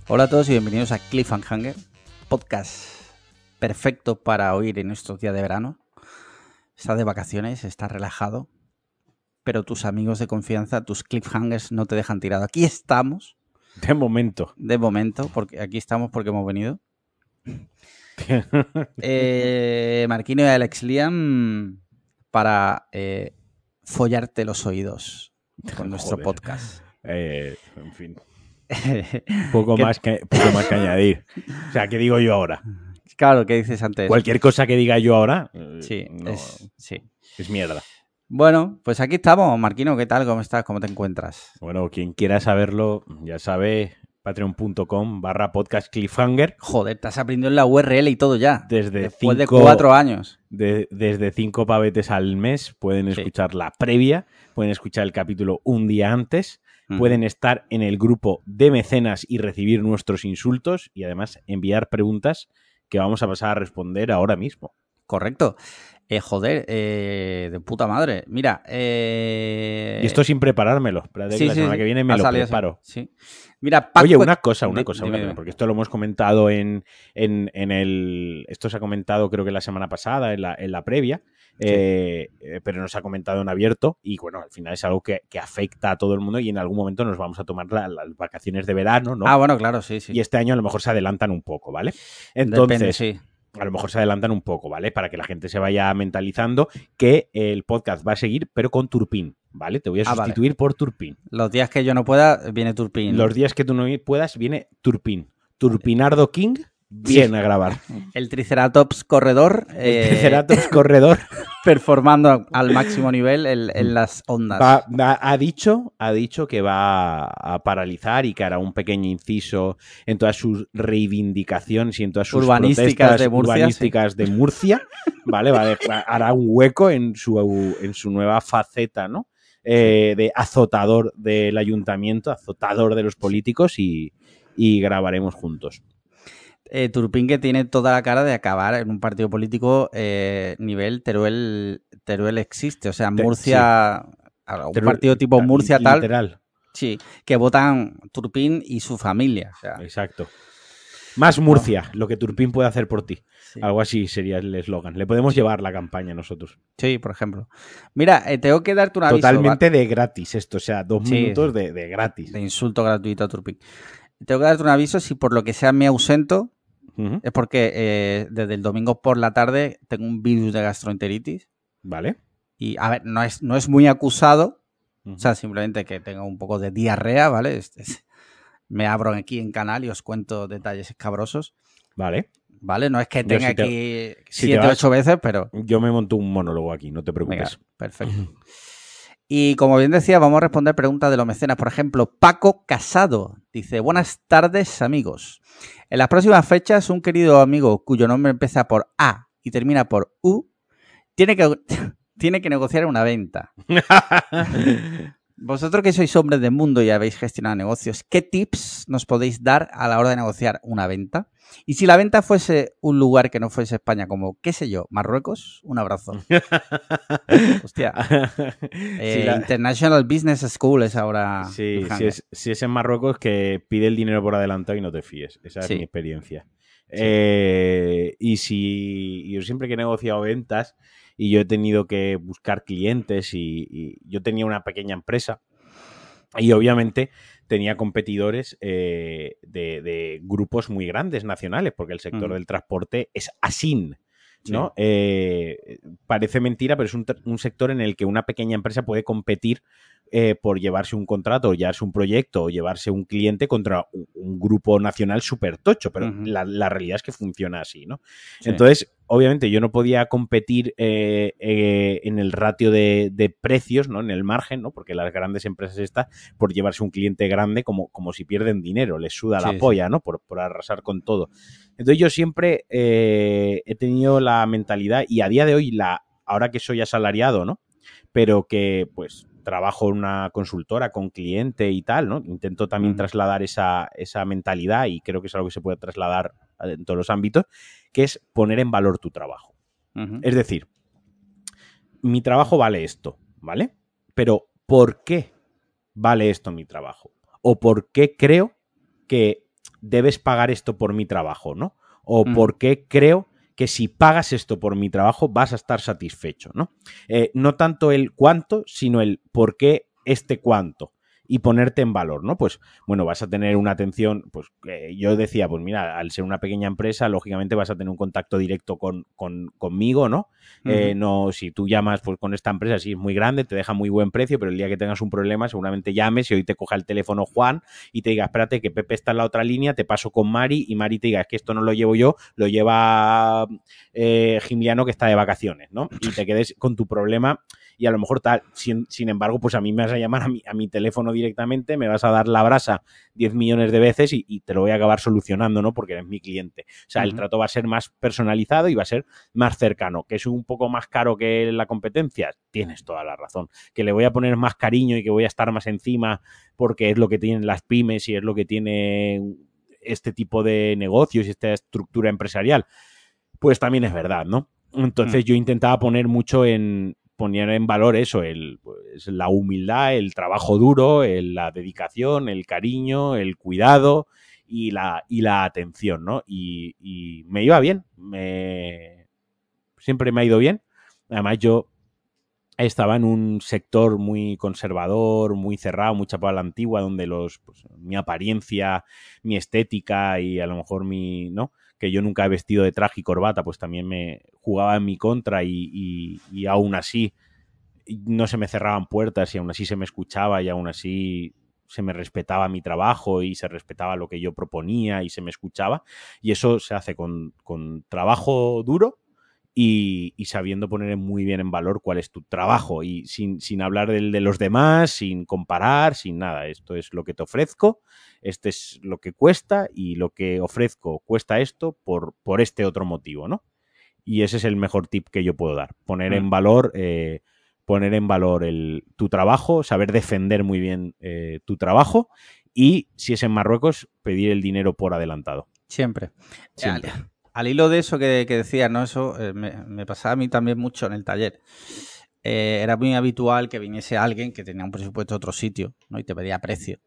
Hola a todos y bienvenidos a Cliffhanger, podcast perfecto para oír en estos días de verano. Estás de vacaciones, estás relajado, pero tus amigos de confianza, tus cliffhangers no te dejan tirado. Aquí estamos. De momento, porque aquí estamos porque hemos venido. Marquino y Alex Liam para follarte los oídos con nuestro podcast. En fin. Poco más que añadir. O sea, ¿qué digo yo ahora? Claro, ¿qué dices antes? Cualquier cosa que diga yo ahora Sí, no, es mierda. Bueno, pues aquí estamos. Marquino, ¿qué tal? ¿Cómo estás? ¿Cómo te encuentras? Bueno, quien quiera saberlo, ya sabe, patreon.com/podcast cliffhanger. Joder, te has aprendido la URL y todo ya. Después de 4 años. Desde 5 pavetes al mes pueden escuchar la previa, pueden escuchar el capítulo un día antes, pueden estar en el grupo de mecenas y recibir nuestros insultos y además enviar preguntas que vamos a pasar a responder ahora mismo. Correcto. De puta madre. Mira. Y esto sin preparármelo. Espérate que la semana que viene me lo preparo. Sí. Mira, Paco... Oye, una cosa, dime. Porque esto lo hemos comentado en el... Esto se ha comentado creo que la semana pasada, en la previa, pero no se ha comentado en abierto y bueno, al final es algo que afecta a todo el mundo y en algún momento nos vamos a tomar las vacaciones de verano, ¿no? Ah, bueno, claro, sí. Y este año a lo mejor se adelantan un poco, ¿vale? Entonces... Depende, sí. A lo mejor se adelantan un poco, ¿vale? Para que la gente se vaya mentalizando que el podcast va a seguir, pero con Turpin, ¿vale? Te voy a sustituir por Turpin. Los días que yo no pueda, viene Turpin. Los días que tú no puedas, viene Turpin. Turpinardo King viene a grabar. El Triceratops corredor. El Triceratops corredor. Performando al máximo nivel en las ondas. Ha dicho que va a paralizar y que hará un pequeño inciso en todas sus reivindicaciones y en todas sus protestas urbanísticas de Murcia. ¿Vale? Hará un hueco en su nueva faceta, ¿no? De azotador del ayuntamiento, azotador de los políticos y grabaremos juntos. Turpin, que tiene toda la cara de acabar en un partido político nivel Teruel existe. O sea, Murcia, un partido tipo Murcia tal. Literal. Sí, que votan Turpin y su familia. O sea, exacto. Más Murcia, lo que Turpin puede hacer por ti. Sí. Algo así sería el eslogan. Le podemos llevar la campaña nosotros. Sí, por ejemplo. Mira, tengo que darte un aviso. Totalmente de gratis esto, o sea, 2 minutos de gratis. De insulto gratuito a Turpin. Tengo que darte un aviso, si por lo que sea me ausento, es porque desde el domingo por la tarde tengo un virus de gastroenteritis. Vale. Y, a ver, no es muy acusado, o sea, simplemente que tengo un poco de diarrea, ¿vale? Me abro aquí en canal y os cuento detalles escabrosos. Vale. Vale, no es que tenga aquí 7 o 8 veces, pero... Yo me monto un monólogo aquí, no te preocupes. Venga, perfecto. Y como bien decía, vamos a responder preguntas de los mecenas. Por ejemplo, Paco Casado dice: buenas tardes, amigos. En las próximas fechas, un querido amigo cuyo nombre empieza por A y termina por U tiene que negociar una venta. Vosotros que sois hombres de mundo y habéis gestionado negocios, ¿qué tips nos podéis dar a la hora de negociar una venta? Y si la venta fuese un lugar que no fuese España, como, qué sé yo, Marruecos, un abrazo. Hostia. International Business School es ahora... Sí, si es en Marruecos, que pide el dinero por adelantado y no te fíes. Esa es mi experiencia. Sí. Y yo siempre que he negociado ventas y yo he tenido que buscar clientes y yo tenía una pequeña empresa y obviamente tenía competidores de grupos muy grandes nacionales, porque el sector del transporte es así, ¿no? Sí. Parece mentira, pero es un sector en el que una pequeña empresa puede competir por llevarse un contrato, o llevarse un proyecto, o llevarse un cliente contra un grupo nacional súper tocho, pero la realidad es que funciona así, ¿no? Sí. Entonces, obviamente, yo no podía competir en el ratio de precios, ¿no? En el margen, ¿no? Porque las grandes empresas estas, por llevarse un cliente grande, como si pierden dinero, les suda la polla, ¿no? Por arrasar con todo. Entonces, yo siempre he tenido la mentalidad, y a día de hoy, ahora que soy asalariado, ¿no? Pero que, pues, trabajo en una consultora con cliente y tal, ¿no? Intento también trasladar esa mentalidad, y creo que es algo que se puede trasladar en todos los ámbitos, que es poner en valor tu trabajo. Es decir, mi trabajo vale esto, ¿vale? Pero ¿por qué vale esto mi trabajo? ¿O por qué creo que debes pagar esto por mi trabajo, ¿no? O por qué creo que si pagas esto por mi trabajo vas a estar satisfecho, ¿no? No tanto el cuánto, sino el por qué este cuánto. Y ponerte en valor, ¿no? Pues, bueno, vas a tener una atención, pues yo decía, pues mira, al ser una pequeña empresa, lógicamente vas a tener un contacto directo conmigo, ¿no? No, si tú llamas pues con esta empresa, sí es muy grande, te deja muy buen precio, pero el día que tengas un problema, seguramente llames y hoy te coja el teléfono Juan y te diga, espérate, que Pepe está en la otra línea, te paso con Mari y Mari te diga, es que esto no lo llevo yo, lo lleva Gimliano que está de vacaciones, ¿no? Y te quedes con tu problema y a lo mejor tal, sin embargo, pues a mí me vas a llamar a mi teléfono directamente, me vas a dar la brasa 10 millones de veces y te lo voy a acabar solucionando, ¿no? Porque eres mi cliente. O sea, el trato va a ser más personalizado y va a ser más cercano. ¿Que es un poco más caro que la competencia? Tienes toda la razón. ¿Que le voy a poner más cariño y que voy a estar más encima porque es lo que tienen las pymes y es lo que tiene este tipo de negocios y esta estructura empresarial? Pues también es verdad, ¿no? Entonces yo intentaba poner en valor eso, pues, la humildad, el trabajo duro, la dedicación, el cariño, el cuidado y la atención, ¿no? Y me iba bien, siempre me ha ido bien. Además, yo estaba en un sector muy conservador, muy cerrado, muy chapado a la antigua, donde mi apariencia, mi estética y a lo mejor ¿no? Que yo nunca he vestido de traje y corbata, pues también me jugaba en mi contra y aún así no se me cerraban puertas y aún así se me escuchaba y aún así se me respetaba mi trabajo y se respetaba lo que yo proponía y se me escuchaba. Y eso se hace con trabajo duro y sabiendo poner muy bien en valor cuál es tu trabajo y sin hablar de los demás, sin comparar, sin nada. Esto es lo que te ofrezco, este es lo que cuesta y lo que ofrezco cuesta esto por este otro motivo, ¿no? Y ese es el mejor tip que yo puedo dar. Poner en valor tu trabajo, saber defender muy bien tu trabajo y, si es en Marruecos, pedir el dinero por adelantado. Siempre. Siempre. Al hilo de eso que decías, ¿no? Eso me pasaba a mí también mucho en el taller. Era muy habitual que viniese alguien que tenía un presupuesto de otro sitio, ¿no? Y te pedía precio.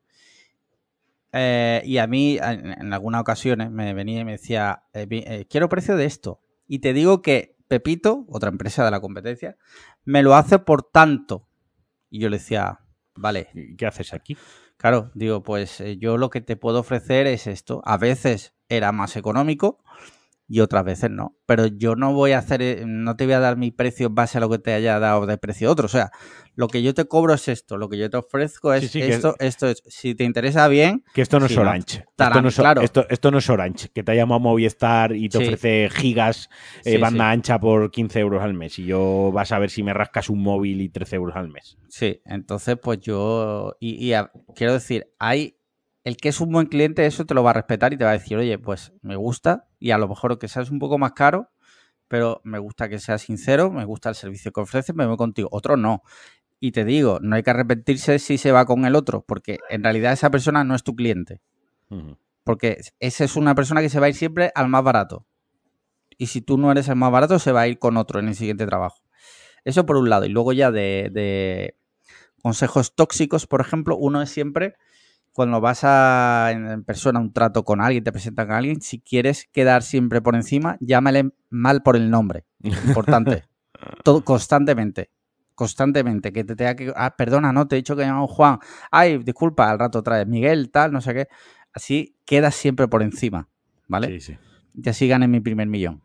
Y a mí, en algunas ocasiones, me venía y me decía, quiero precio de esto. Y te digo que Pepito, otra empresa de la competencia, me lo hace por tanto. Y yo le decía, vale. ¿Qué haces aquí? Claro, digo, pues yo lo que te puedo ofrecer es esto. A veces era más económico y otras veces no. Pero yo no voy a hacer, no te voy a dar mi precio en base a lo que te haya dado de precio otro. O sea, lo que yo te cobro es esto, lo que yo te ofrezco es esto, esto es. Si te interesa bien. Que esto no es Orange. Esto no es Orange, que te ha llamado Movistar y te ofrece gigas, banda ancha por 15 euros al mes. Y yo vas a ver si me rascas un móvil y 13 euros al mes. Sí, entonces pues yo. Quiero decir, el que es un buen cliente, eso te lo va a respetar y te va a decir, oye, pues me gusta y a lo mejor que seas un poco más caro, pero me gusta que seas sincero, me gusta el servicio que ofreces, me voy contigo. Otro no. Y te digo, no hay que arrepentirse si se va con el otro, porque en realidad esa persona no es tu cliente. Porque esa es una persona que se va a ir siempre al más barato. Y si tú no eres el más barato, se va a ir con otro en el siguiente trabajo. Eso por un lado. Y luego ya de consejos tóxicos, por ejemplo, uno es siempre cuando vas en persona a un trato con alguien, te presentan a alguien, si quieres quedar siempre por encima, llámale mal por el nombre. Importante. Todo, constantemente, que te tenga que... perdona, no, te he dicho que llamamos Juan. Ay, disculpa, al rato otra vez. Miguel, tal, no sé qué. Así quedas siempre por encima, ¿vale? Sí, sí. Y así gané mi primer millón.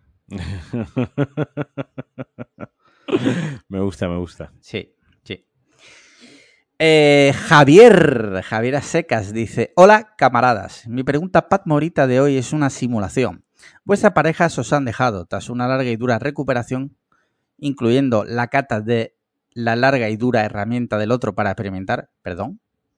Me gusta. Sí. Javier a secas dice: hola camaradas, mi pregunta patmorita de hoy es una simulación. Vuestras parejas os han dejado tras una larga y dura recuperación, incluyendo la cata de la larga y dura herramienta del otro para experimentar. Perdón.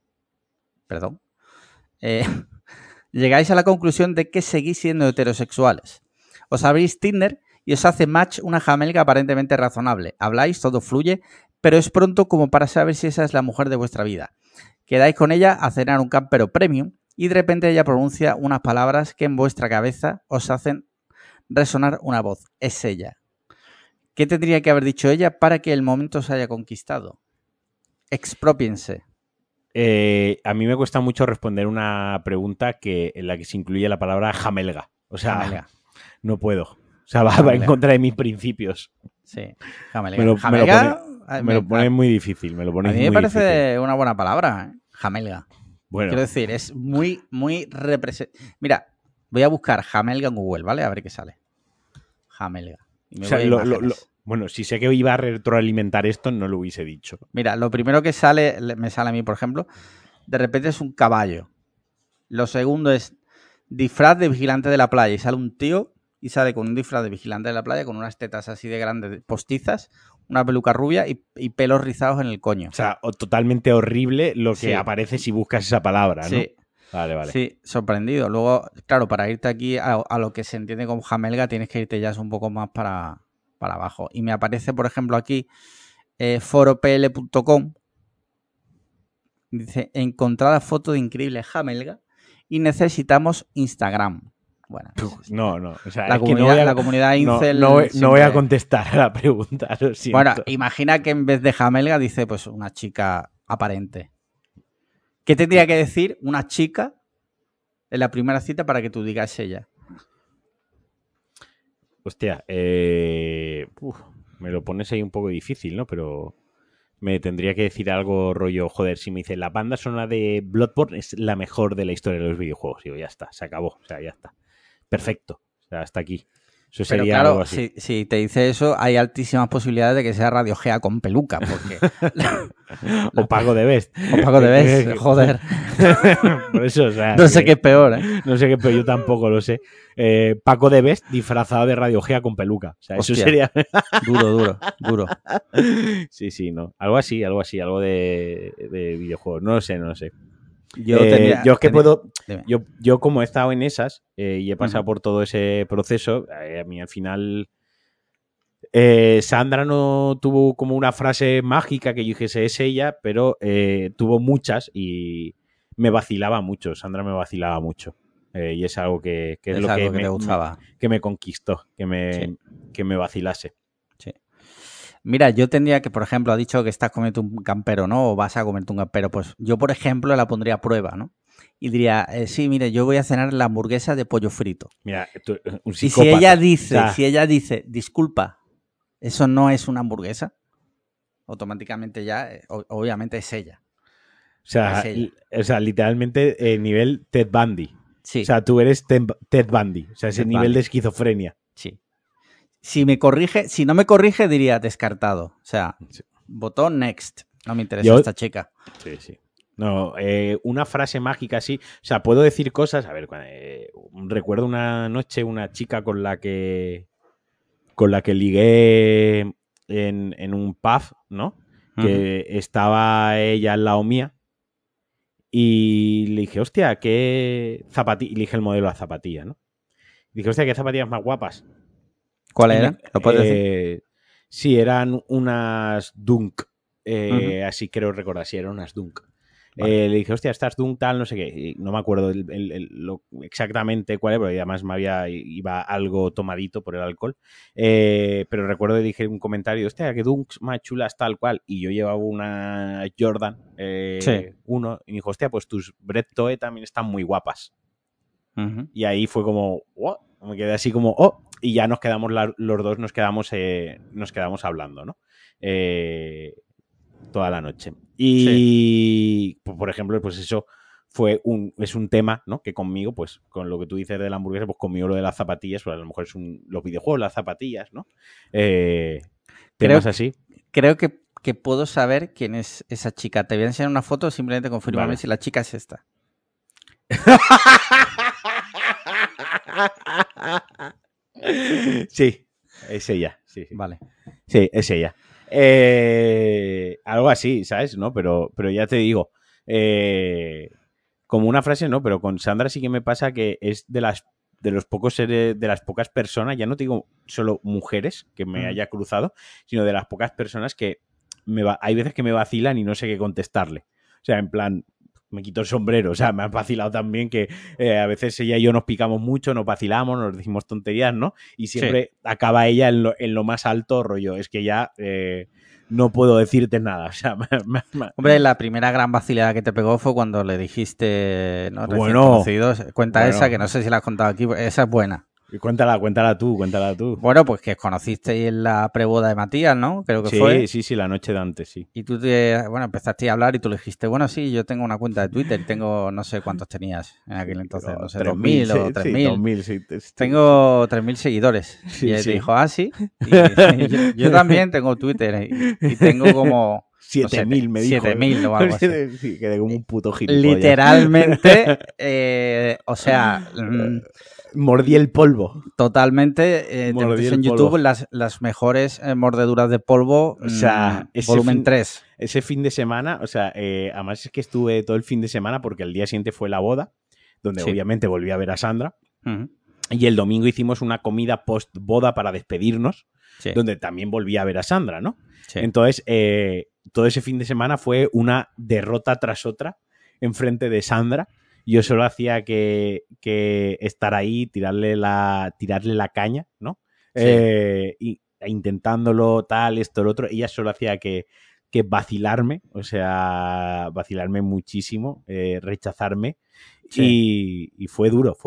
Llegáis a la conclusión de que seguís siendo heterosexuales. Os abrís Tinder y os hace match una jamelga aparentemente razonable. Habláis, todo fluye, pero es pronto como para saber si esa es la mujer de vuestra vida. Quedáis con ella a cenar un campero premium y de repente ella pronuncia unas palabras que en vuestra cabeza os hacen resonar una voz. Es ella. ¿Qué tendría que haber dicho ella para que el momento se haya conquistado? Expropiense. A mí me cuesta mucho responder una pregunta en la que se incluye la palabra jamelga. O sea, jamelga. No puedo. O sea, va en contra de mis principios. Sí, jamelga. Me lo pone muy difícil. A mí me parece una buena palabra, ¿eh? Jamelga. Bueno. Quiero decir, es muy representativo. Mira, voy a buscar jamelga en Google, ¿vale? A ver qué sale. Jamelga. Y me voy a bueno, si sé que iba a retroalimentar esto, no lo hubiese dicho. Mira, lo primero que me sale a mí, por ejemplo, de repente es un caballo. Lo segundo es disfraz de vigilante de la playa. Y sale un tío y sale con un disfraz de vigilante de la playa con unas tetas así de grandes, postizas, una peluca rubia y pelos rizados en el coño. O sea, totalmente horrible lo que aparece si buscas esa palabra, ¿no? Sí. Vale. Sí, sorprendido. Luego, claro, para irte aquí a lo que se entiende como jamelga tienes que irte ya un poco más para abajo. Y me aparece, por ejemplo, aquí foropl.com. Dice, encontrada foto de increíble jamelga y necesitamos Instagram. Bueno, no. O sea, la comunidad incel... No voy a contestar a la pregunta, lo siento. Bueno, imagina que en vez de jamelga dice, pues, una chica aparente. ¿Qué tendría que decir una chica en la primera cita para que tú digas ella? Hostia, me lo pones ahí un poco difícil, ¿no? Pero me tendría que decir algo rollo, joder, si me dice la banda sonora de Bloodborne es la mejor de la historia de los videojuegos. Digo, ya está, se acabó, o sea, ya está. Perfecto, o sea, hasta aquí. Eso sería pero claro, algo así. Si te dice eso, hay altísimas posibilidades de que sea Radio Gea con peluca, porque... O Paco de Best. O Paco de Best, joder. Por eso, o sea... No sé qué es peor, ¿eh? No sé qué es peor, yo tampoco lo sé. Paco de Best disfrazado de Radio Gea con peluca. O sea, hostia, eso sería... Duro. Sí, no. Algo así, algo de videojuegos. No lo sé. Yo es que puedo... Yo como he estado en esas y he pasado por todo ese proceso, a mí al final... Sandra no tuvo como una frase mágica que yo dijese es ella, pero tuvo muchas y me vacilaba mucho. Sandra me vacilaba mucho. Y es algo que es lo que me gustaba. Que me conquistó, que me vacilase. Sí. Mira, yo tendría que, por ejemplo, ha dicho que estás comiendo un campero, ¿no? O vas a comerte un campero. Pues yo, por ejemplo, la pondría a prueba, ¿no? Y diría, sí, mire, yo voy a cenar la hamburguesa de pollo frito. Mira, tú, un psicópata. Y si ella dice, disculpa, eso no es una hamburguesa, automáticamente ya, obviamente es ella. O sea, literalmente nivel Ted Bundy. Sí. O sea, tú eres Ted Bundy. O sea, ese nivel de esquizofrenia. Sí. Si no me corrige, diría descartado. O sea, botón next. No me interesa esta chica. Sí. No, una frase mágica así. O sea, puedo decir cosas. A ver, recuerdo una noche una chica con la que ligué en un pub, ¿no? Que estaba ella al lado mía. Y le dije, hostia, qué zapatilla. Y le dije el modelo de zapatilla, ¿no? Y dije, hostia, qué zapatillas más guapas. ¿Cuáles eran? ¿Lo puedes decir? Sí, eran unas Dunk. Así creo recordar, sí, eran unas Dunk. Vale. Le dije, hostia, estas Dunk tal, no sé qué. Y no me acuerdo exactamente cuál es, pero además iba algo tomadito por el alcohol. Pero recuerdo que dije un comentario, hostia, que Dunks más chulas tal cual. Y yo llevaba una Jordan 1 y me dijo, hostia, pues tus Bread Toe también están muy guapas. Y ahí fue como, ¿what? Me quedé así como, oh, y ya nos quedamos los dos, nos quedamos hablando, ¿no? Toda la noche. Y, por ejemplo, pues eso es un tema, ¿no? Que conmigo, pues, con lo que tú dices de la hamburguesa, pues conmigo lo de las zapatillas, pues a lo mejor los videojuegos, las zapatillas, ¿no? Temas así. Creo que puedo saber quién es esa chica. Te voy a enseñar una foto, simplemente confirmarme si la chica es esta. Sí, es ella. Sí. Vale. Sí, es ella. Algo así, ¿sabes? ¿No? Pero ya te digo, como una frase, ¿no? Pero con Sandra sí que me pasa que es de las pocas personas, ya no te digo solo mujeres que me haya cruzado, sino de las pocas personas que hay veces que me vacilan y no sé qué contestarle. O sea, en plan, me quito el sombrero. O sea, me ha vacilado también que a veces ella y yo nos picamos mucho, nos vacilamos, nos decimos tonterías, ¿no? Y siempre acaba ella en lo más alto rollo. Es que ya no puedo decirte nada. O sea, Hombre, la primera gran vacilada que te pegó fue cuando le dijiste, ¿no? Recién Bueno, conocidos. Cuenta bueno. esa, que no sé si la has contado aquí. Esa es buena. Cuéntala tú. Bueno, pues que os conocisteis en la preboda de Matías, ¿no? Creo que fue. Sí, la noche de antes, sí. Y tú empezaste a hablar y tú le dijiste, bueno, sí, yo tengo una cuenta de Twitter, tengo, no sé cuántos tenías en aquel entonces, no sé, 2.000 o 3.000. Sí, 2.000, sí. Tengo 3.000 seguidores. Sí, Y él sí. te dijo, ah, sí. Y yo también tengo Twitter y tengo como... 7.000 me dijo. 7.000 o algo así. Sí, quedé como un puto gilipollas. Literalmente, o sea... Mordí el polvo. Totalmente. Te metes en YouTube las mejores mordeduras de polvo, o sea, volumen 3. Ese fin de semana, o sea, además es que estuve todo el fin de semana porque el día siguiente fue la boda, donde obviamente volví a ver a Sandra. Y el domingo hicimos una comida post-boda para despedirnos, donde también volví a ver a Sandra, ¿no? Sí. Entonces, todo ese fin de semana fue una derrota tras otra enfrente de Sandra. Yo solo hacía que estar ahí, tirarle la caña, ¿no? Sí. Intentándolo, tal, esto, lo otro. Ella solo hacía que vacilarme, o sea, vacilarme muchísimo, rechazarme. Sí. Y fue duro.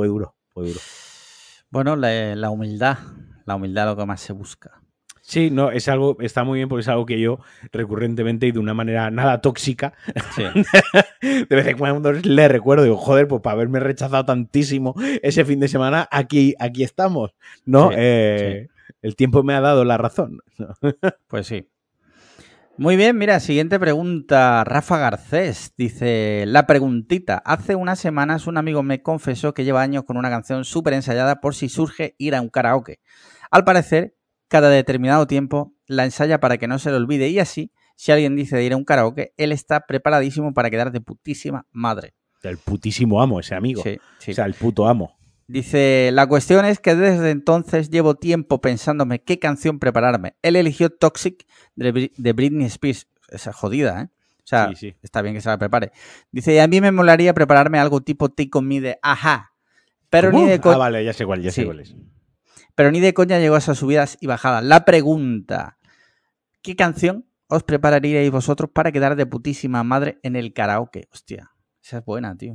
Bueno, la humildad es lo que más se busca. Sí, no, es algo, está muy bien porque es algo que yo recurrentemente y de una manera nada tóxica, sí. De vez en cuando le recuerdo, digo, joder, pues para haberme rechazado tantísimo ese fin de semana, aquí estamos, ¿no? Sí, sí. El tiempo me ha dado la razón. Pues sí. Muy bien, mira, siguiente pregunta. Rafa Garcés dice, la preguntita. Hace unas semanas un amigo me confesó que lleva años con una canción súper ensayada por si surge ir a un karaoke. Al parecer, cada determinado tiempo la ensaya para que no se le olvide y así, si alguien dice de ir a un karaoke, él está preparadísimo para quedar de putísima madre. El putísimo amo, ese amigo. Sí, sí. O sea, el puto amo. Dice, la cuestión es que desde entonces llevo tiempo pensándome qué canción prepararme. Él eligió Toxic de Britney Spears. Esa jodida, ¿eh? O sea, sí. Está bien que se la prepare. Dice, y a mí me molaría prepararme algo tipo Take On Me de Ajá. Pero ¿Cómo? Ni de vale, ya sé cuál es. Pero ni de coña llegó a esas subidas y bajadas. La pregunta, ¿qué canción os prepararíais vosotros para quedar de putísima madre en el karaoke? Hostia, esa es buena, tío.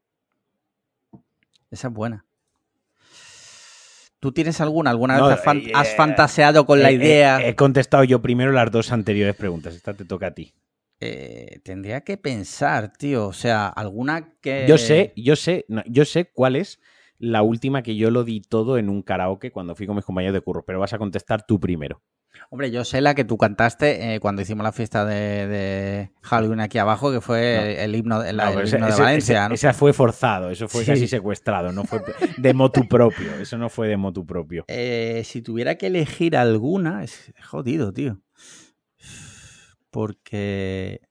Esa es buena. ¿Tú tienes alguna? ¿Alguna vez has fantaseado con la idea? He contestado yo primero las dos anteriores preguntas. Esta te toca a ti. Tendría que pensar, tío. O sea, alguna que... Yo sé cuál es la última que yo lo di todo en un karaoke cuando fui con mis compañeros de curro, pero vas a contestar tú primero. Hombre, yo sé la que tú cantaste cuando hicimos la fiesta de Halloween aquí abajo, que fue el himno, himno de Valencia, ¿no? Esa fue forzado, eso fue casi secuestrado, no fue de motu propio, eso no fue de motu propio. Si tuviera que elegir alguna, es jodido, tío. Porque...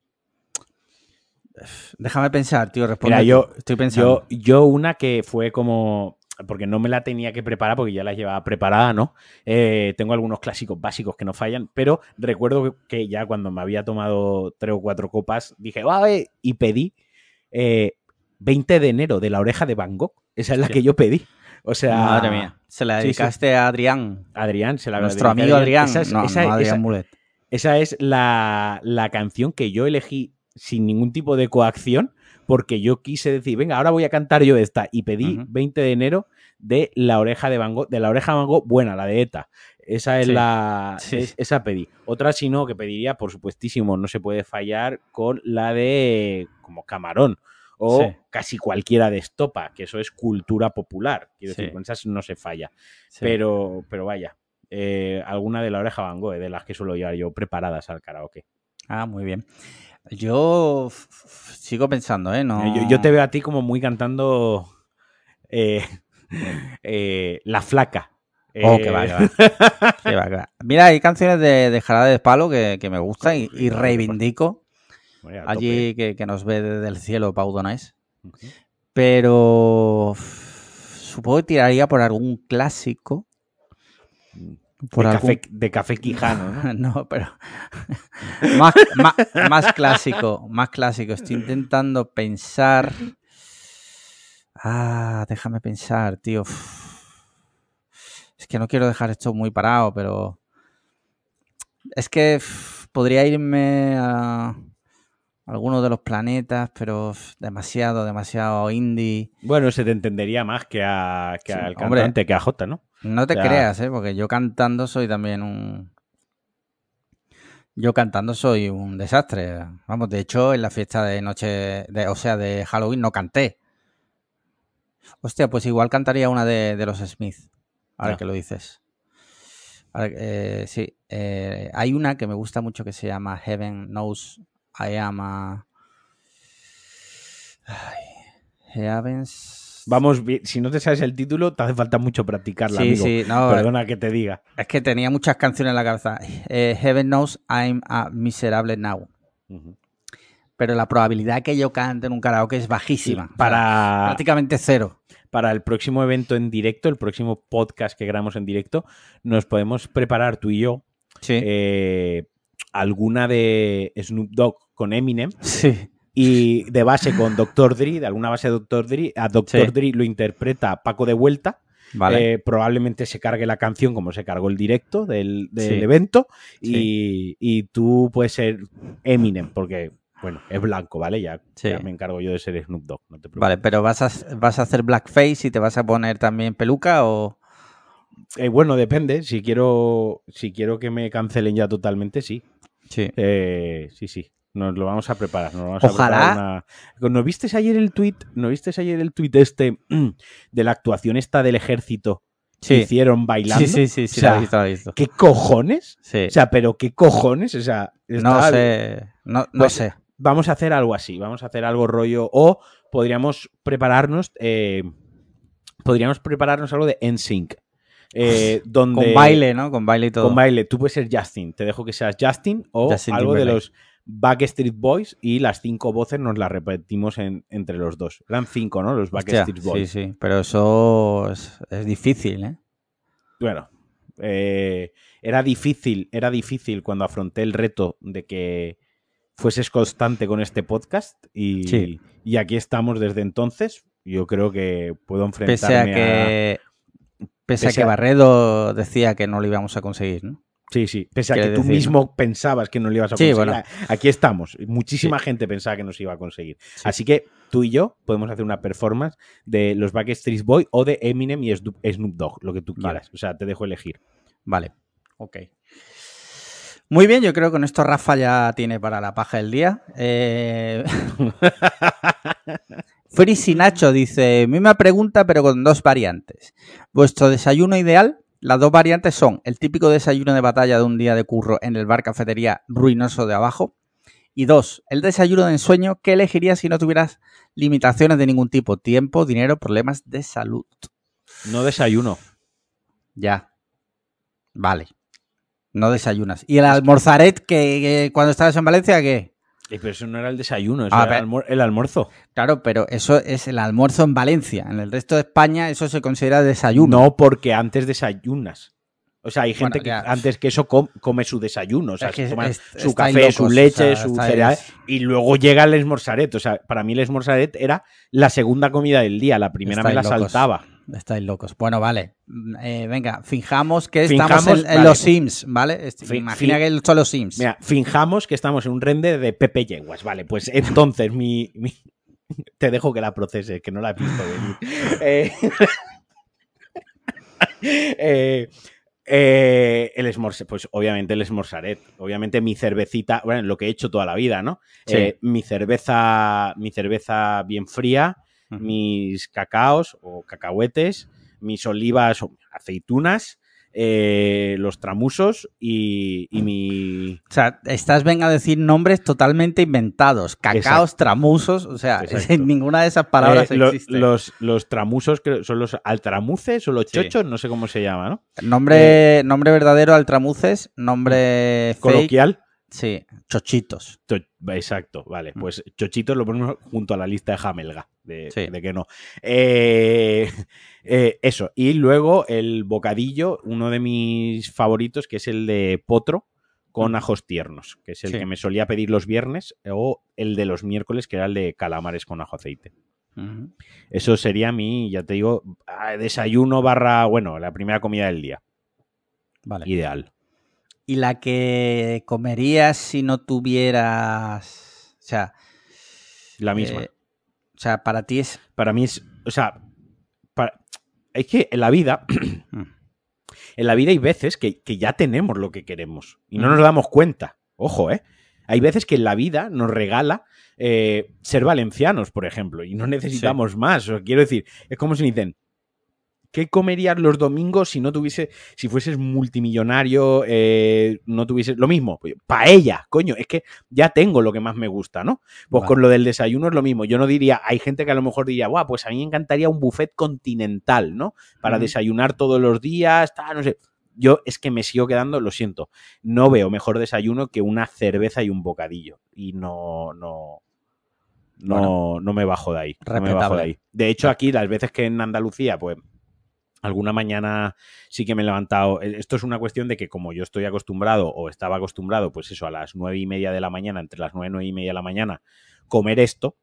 Déjame pensar, tío, responde. Mira, estoy pensando. Yo una que fue como... Porque no me la tenía que preparar porque ya la llevaba preparada, ¿no? Tengo algunos clásicos básicos que no fallan, pero recuerdo que ya cuando me había tomado 3 o 4 copas, dije, ¡ay! Y pedí 20 de enero de La Oreja de Van Gogh. Esa es la que yo pedí. O sea... Madre mía. Se la dedicaste a Adrián. Adrián, se la Nuestro amigo Adrián. Adrián Mulet. Esa es la canción que yo elegí sin ningún tipo de coacción, porque yo quise decir, venga, ahora voy a cantar yo esta, y pedí 20 de enero de La Oreja de Van Gogh, de La Oreja de Van Gogh, buena, la de ETA. Esa es esa pedí. Otra, si no, que pediría, por supuestísimo, no se puede fallar con la de como Camarón, o casi cualquiera de Estopa, que eso es cultura popular. Quiero decir, con esas no se falla. Sí. Pero vaya, alguna de La Oreja de Van Gogh, de las que suelo llevar yo preparadas al karaoke. Ah, muy bien. Yo sigo pensando, ¿eh? No... Yo te veo a ti como muy cantando La Flaca. Que va. Que va. Mira, hay canciones de Jarabe de Palo que me gustan y reivindico. Allí que nos ve desde el cielo Pau Donés. Pero supongo que tiraría por algún clásico. De Café Quijano, ¿no? No, pero más clásico. Estoy intentando pensar. Déjame pensar, tío. Es que no quiero dejar esto muy parado, pero es que podría irme a alguno de los planetas, pero demasiado indie. Bueno, se te entendería más que al cantante, hombre, que a Jota, ¿no? No te creas, porque yo cantando soy también Yo cantando soy un desastre. Vamos, de hecho, en la fiesta de de Halloween no canté. Hostia, pues igual cantaría una de los Smith, ahora que lo dices. Ahora, sí, hay una que me gusta mucho que se llama Heaven Knows I Am a... Heavens... Vamos, si no te sabes el título, te hace falta mucho practicarla, sí, amigo. Sí, no, perdona que te diga. Es que tenía muchas canciones en la cabeza. Heaven Knows I'm a Miserable Now. Pero la probabilidad que yo cante en un karaoke es bajísima. Prácticamente cero. Para el próximo evento en directo, el próximo podcast que grabamos en directo, nos podemos preparar tú y yo alguna de Snoop Dogg con Eminem. Sí. Y de base con Dr. Dre, de alguna base de Dr. Dre. A Dr. Dre lo interpreta Paco de Vuelta. Vale. Probablemente se cargue la canción como se cargó el directo del evento. Y tú puedes ser Eminem, porque... Bueno, es blanco, ¿vale? Ya me encargo yo de ser Snoop Dogg, no te preocupes. Vale, pero ¿vas a hacer blackface y te vas a poner también peluca o...? Bueno, depende. Si quiero que me cancelen ya totalmente, sí. Sí. Sí. Nos lo vamos a preparar. Ojalá. ¿No viste ayer el tuit? Este de la actuación esta del ejército que hicieron bailando? Sí, o sea, lo he visto. ¿Qué cojones? Sí. O sea, pero ¿qué cojones? O sea, no sé. No sé. Vamos a hacer algo así. Vamos a hacer algo rollo. O podríamos prepararnos. Algo de NSYNC. Donde, con baile, ¿no? Con baile y todo. Con baile. Tú puedes ser Justin. Te dejo que seas Justin o Justin algo Timberlake. De los Backstreet Boys y las 5 voces nos las repetimos entre los dos. Eran 5, ¿no? Los Backstreet Boys. Sí. Pero eso es difícil, ¿eh? Bueno. Era difícil cuando afronté el reto de que fueses constante con este podcast y aquí estamos desde entonces. Yo creo que puedo enfrentarme Pese a que Barredo decía que no lo íbamos a conseguir, ¿no? Sí. Pese a que tú mismo pensabas que no lo ibas a conseguir. Bueno. Aquí estamos. Muchísima gente pensaba que no se iba a conseguir. Sí. Así que tú y yo podemos hacer una performance de los Backstreet Boys o de Eminem y Snoop Dogg, lo que tú quieras. O sea, te dejo elegir. Vale. Ok. Muy bien, yo creo que con esto Rafa ya tiene para la paja del día. Frisi Nacho dice, misma pregunta pero con 2 variantes. ¿Vuestro desayuno ideal? Las 2 variantes son el típico desayuno de batalla de un día de curro en el bar cafetería ruinoso de abajo. Y 2, el desayuno de ensueño que elegirías si no tuvieras limitaciones de ningún tipo, tiempo, dinero, problemas de salud. No desayuno. Ya. Vale. No desayunas. ¿Y el almorzaret que cuando estabas en Valencia qué? Pero eso no era el desayuno, eso era el almuerzo. Claro, pero eso es el almuerzo en Valencia. En el resto de España eso se considera desayuno. No, porque antes desayunas. O sea, hay gente que antes que eso come su desayuno. O sea, se toma su café, locos, su leche, su cereal. Y luego llega el esmorzaret. O sea, para mí el esmorzaret era la segunda comida del día. La primera me la saltaba. Estáis locos. Bueno, vale. Venga, finjamos que estamos en los Sims, ¿vale? Imagina que son los Sims. Mira, finjamos que estamos en un render de Pepe Yeguas, ¿vale? Pues entonces te dejo que la proceses, que no la he visto venir. El esmorzaret, pues obviamente el esmorzaret. Obviamente mi cervecita, bueno, lo que he hecho toda la vida, ¿no? Sí. Mi cerveza bien fría. Mis cacaos o cacahuetes, mis olivas o aceitunas, los tramusos y mi... O sea, estás a decir nombres totalmente inventados. Cacaos, exacto. Tramusos, o sea, ninguna de esas palabras existe. Los tramusos son los altramuces o los chochos, no sé cómo se llama, ¿no? Nombre verdadero, altramuces, nombre coloquial. Fake. Sí, chochitos. Exacto, vale. Pues chochitos lo ponemos junto a la lista de Jamelga, de que no. Eso. Y luego el bocadillo, uno de mis favoritos, que es el de potro con ajos tiernos, que es el que me solía pedir los viernes, o el de los miércoles, que era el de calamares con ajo aceite. Eso sería mi, ya te digo, desayuno / la primera comida del día. Vale. Ideal. ¿Y la que comerías si no tuvieras... O sea... La misma. O sea, para ti es... Para mí es... O sea, es que en la vida... En la vida hay veces que ya tenemos lo que queremos y no nos damos cuenta. Ojo, ¿eh? Hay veces que la vida nos regala ser valencianos, por ejemplo, y no necesitamos más. O sea, quiero decir, es como si dicen, ¿qué comerías los domingos si no tuviese, si fueses multimillonario, no tuvieses lo mismo? Paella, coño, es que ya tengo lo que más me gusta, ¿no? Pues con lo del desayuno es lo mismo. Yo no diría, hay gente que a lo mejor diría, guau, pues a mí me encantaría un buffet continental, ¿no? Para desayunar todos los días, no sé. Yo es que me sigo quedando, lo siento, no veo mejor desayuno que una cerveza y un bocadillo. Y no me bajo de ahí. No me bajo de ahí. De hecho, aquí, las veces que en Andalucía, pues alguna mañana sí que me he levantado. Esto es una cuestión de que como yo estoy acostumbrado o estaba acostumbrado, pues eso, a las 9:30 de la mañana, entre las 9:30 de la mañana, comer esto,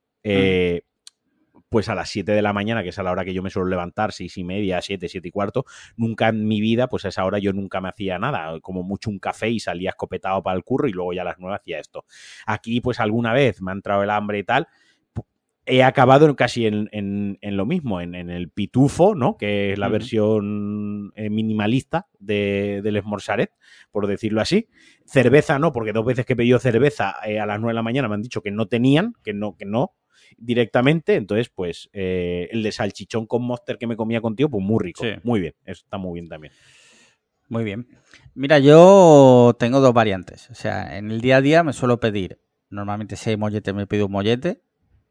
pues a las 7 de la mañana, que es a la hora que yo me suelo levantar, 6:30, 7:15, nunca en mi vida, pues a esa hora yo nunca me hacía nada, como mucho un café y salía escopetado para el curro y luego ya a las 9 hacía esto. Aquí pues alguna vez me ha entrado el hambre y tal, he acabado casi en lo mismo, en el pitufo, ¿no? Que es la versión minimalista del Esmorzaret, por decirlo así. Cerveza no, porque 2 veces que he pedido cerveza a las 9 de la mañana me han dicho que no tenían, que no directamente. Entonces, pues el de salchichón con Monster que me comía contigo, pues muy rico. Sí. Muy bien, eso está muy bien también. Muy bien. Mira, yo tengo 2 variantes. O sea, en el día a día me suelo pedir, normalmente si hay mollete me pido un mollete.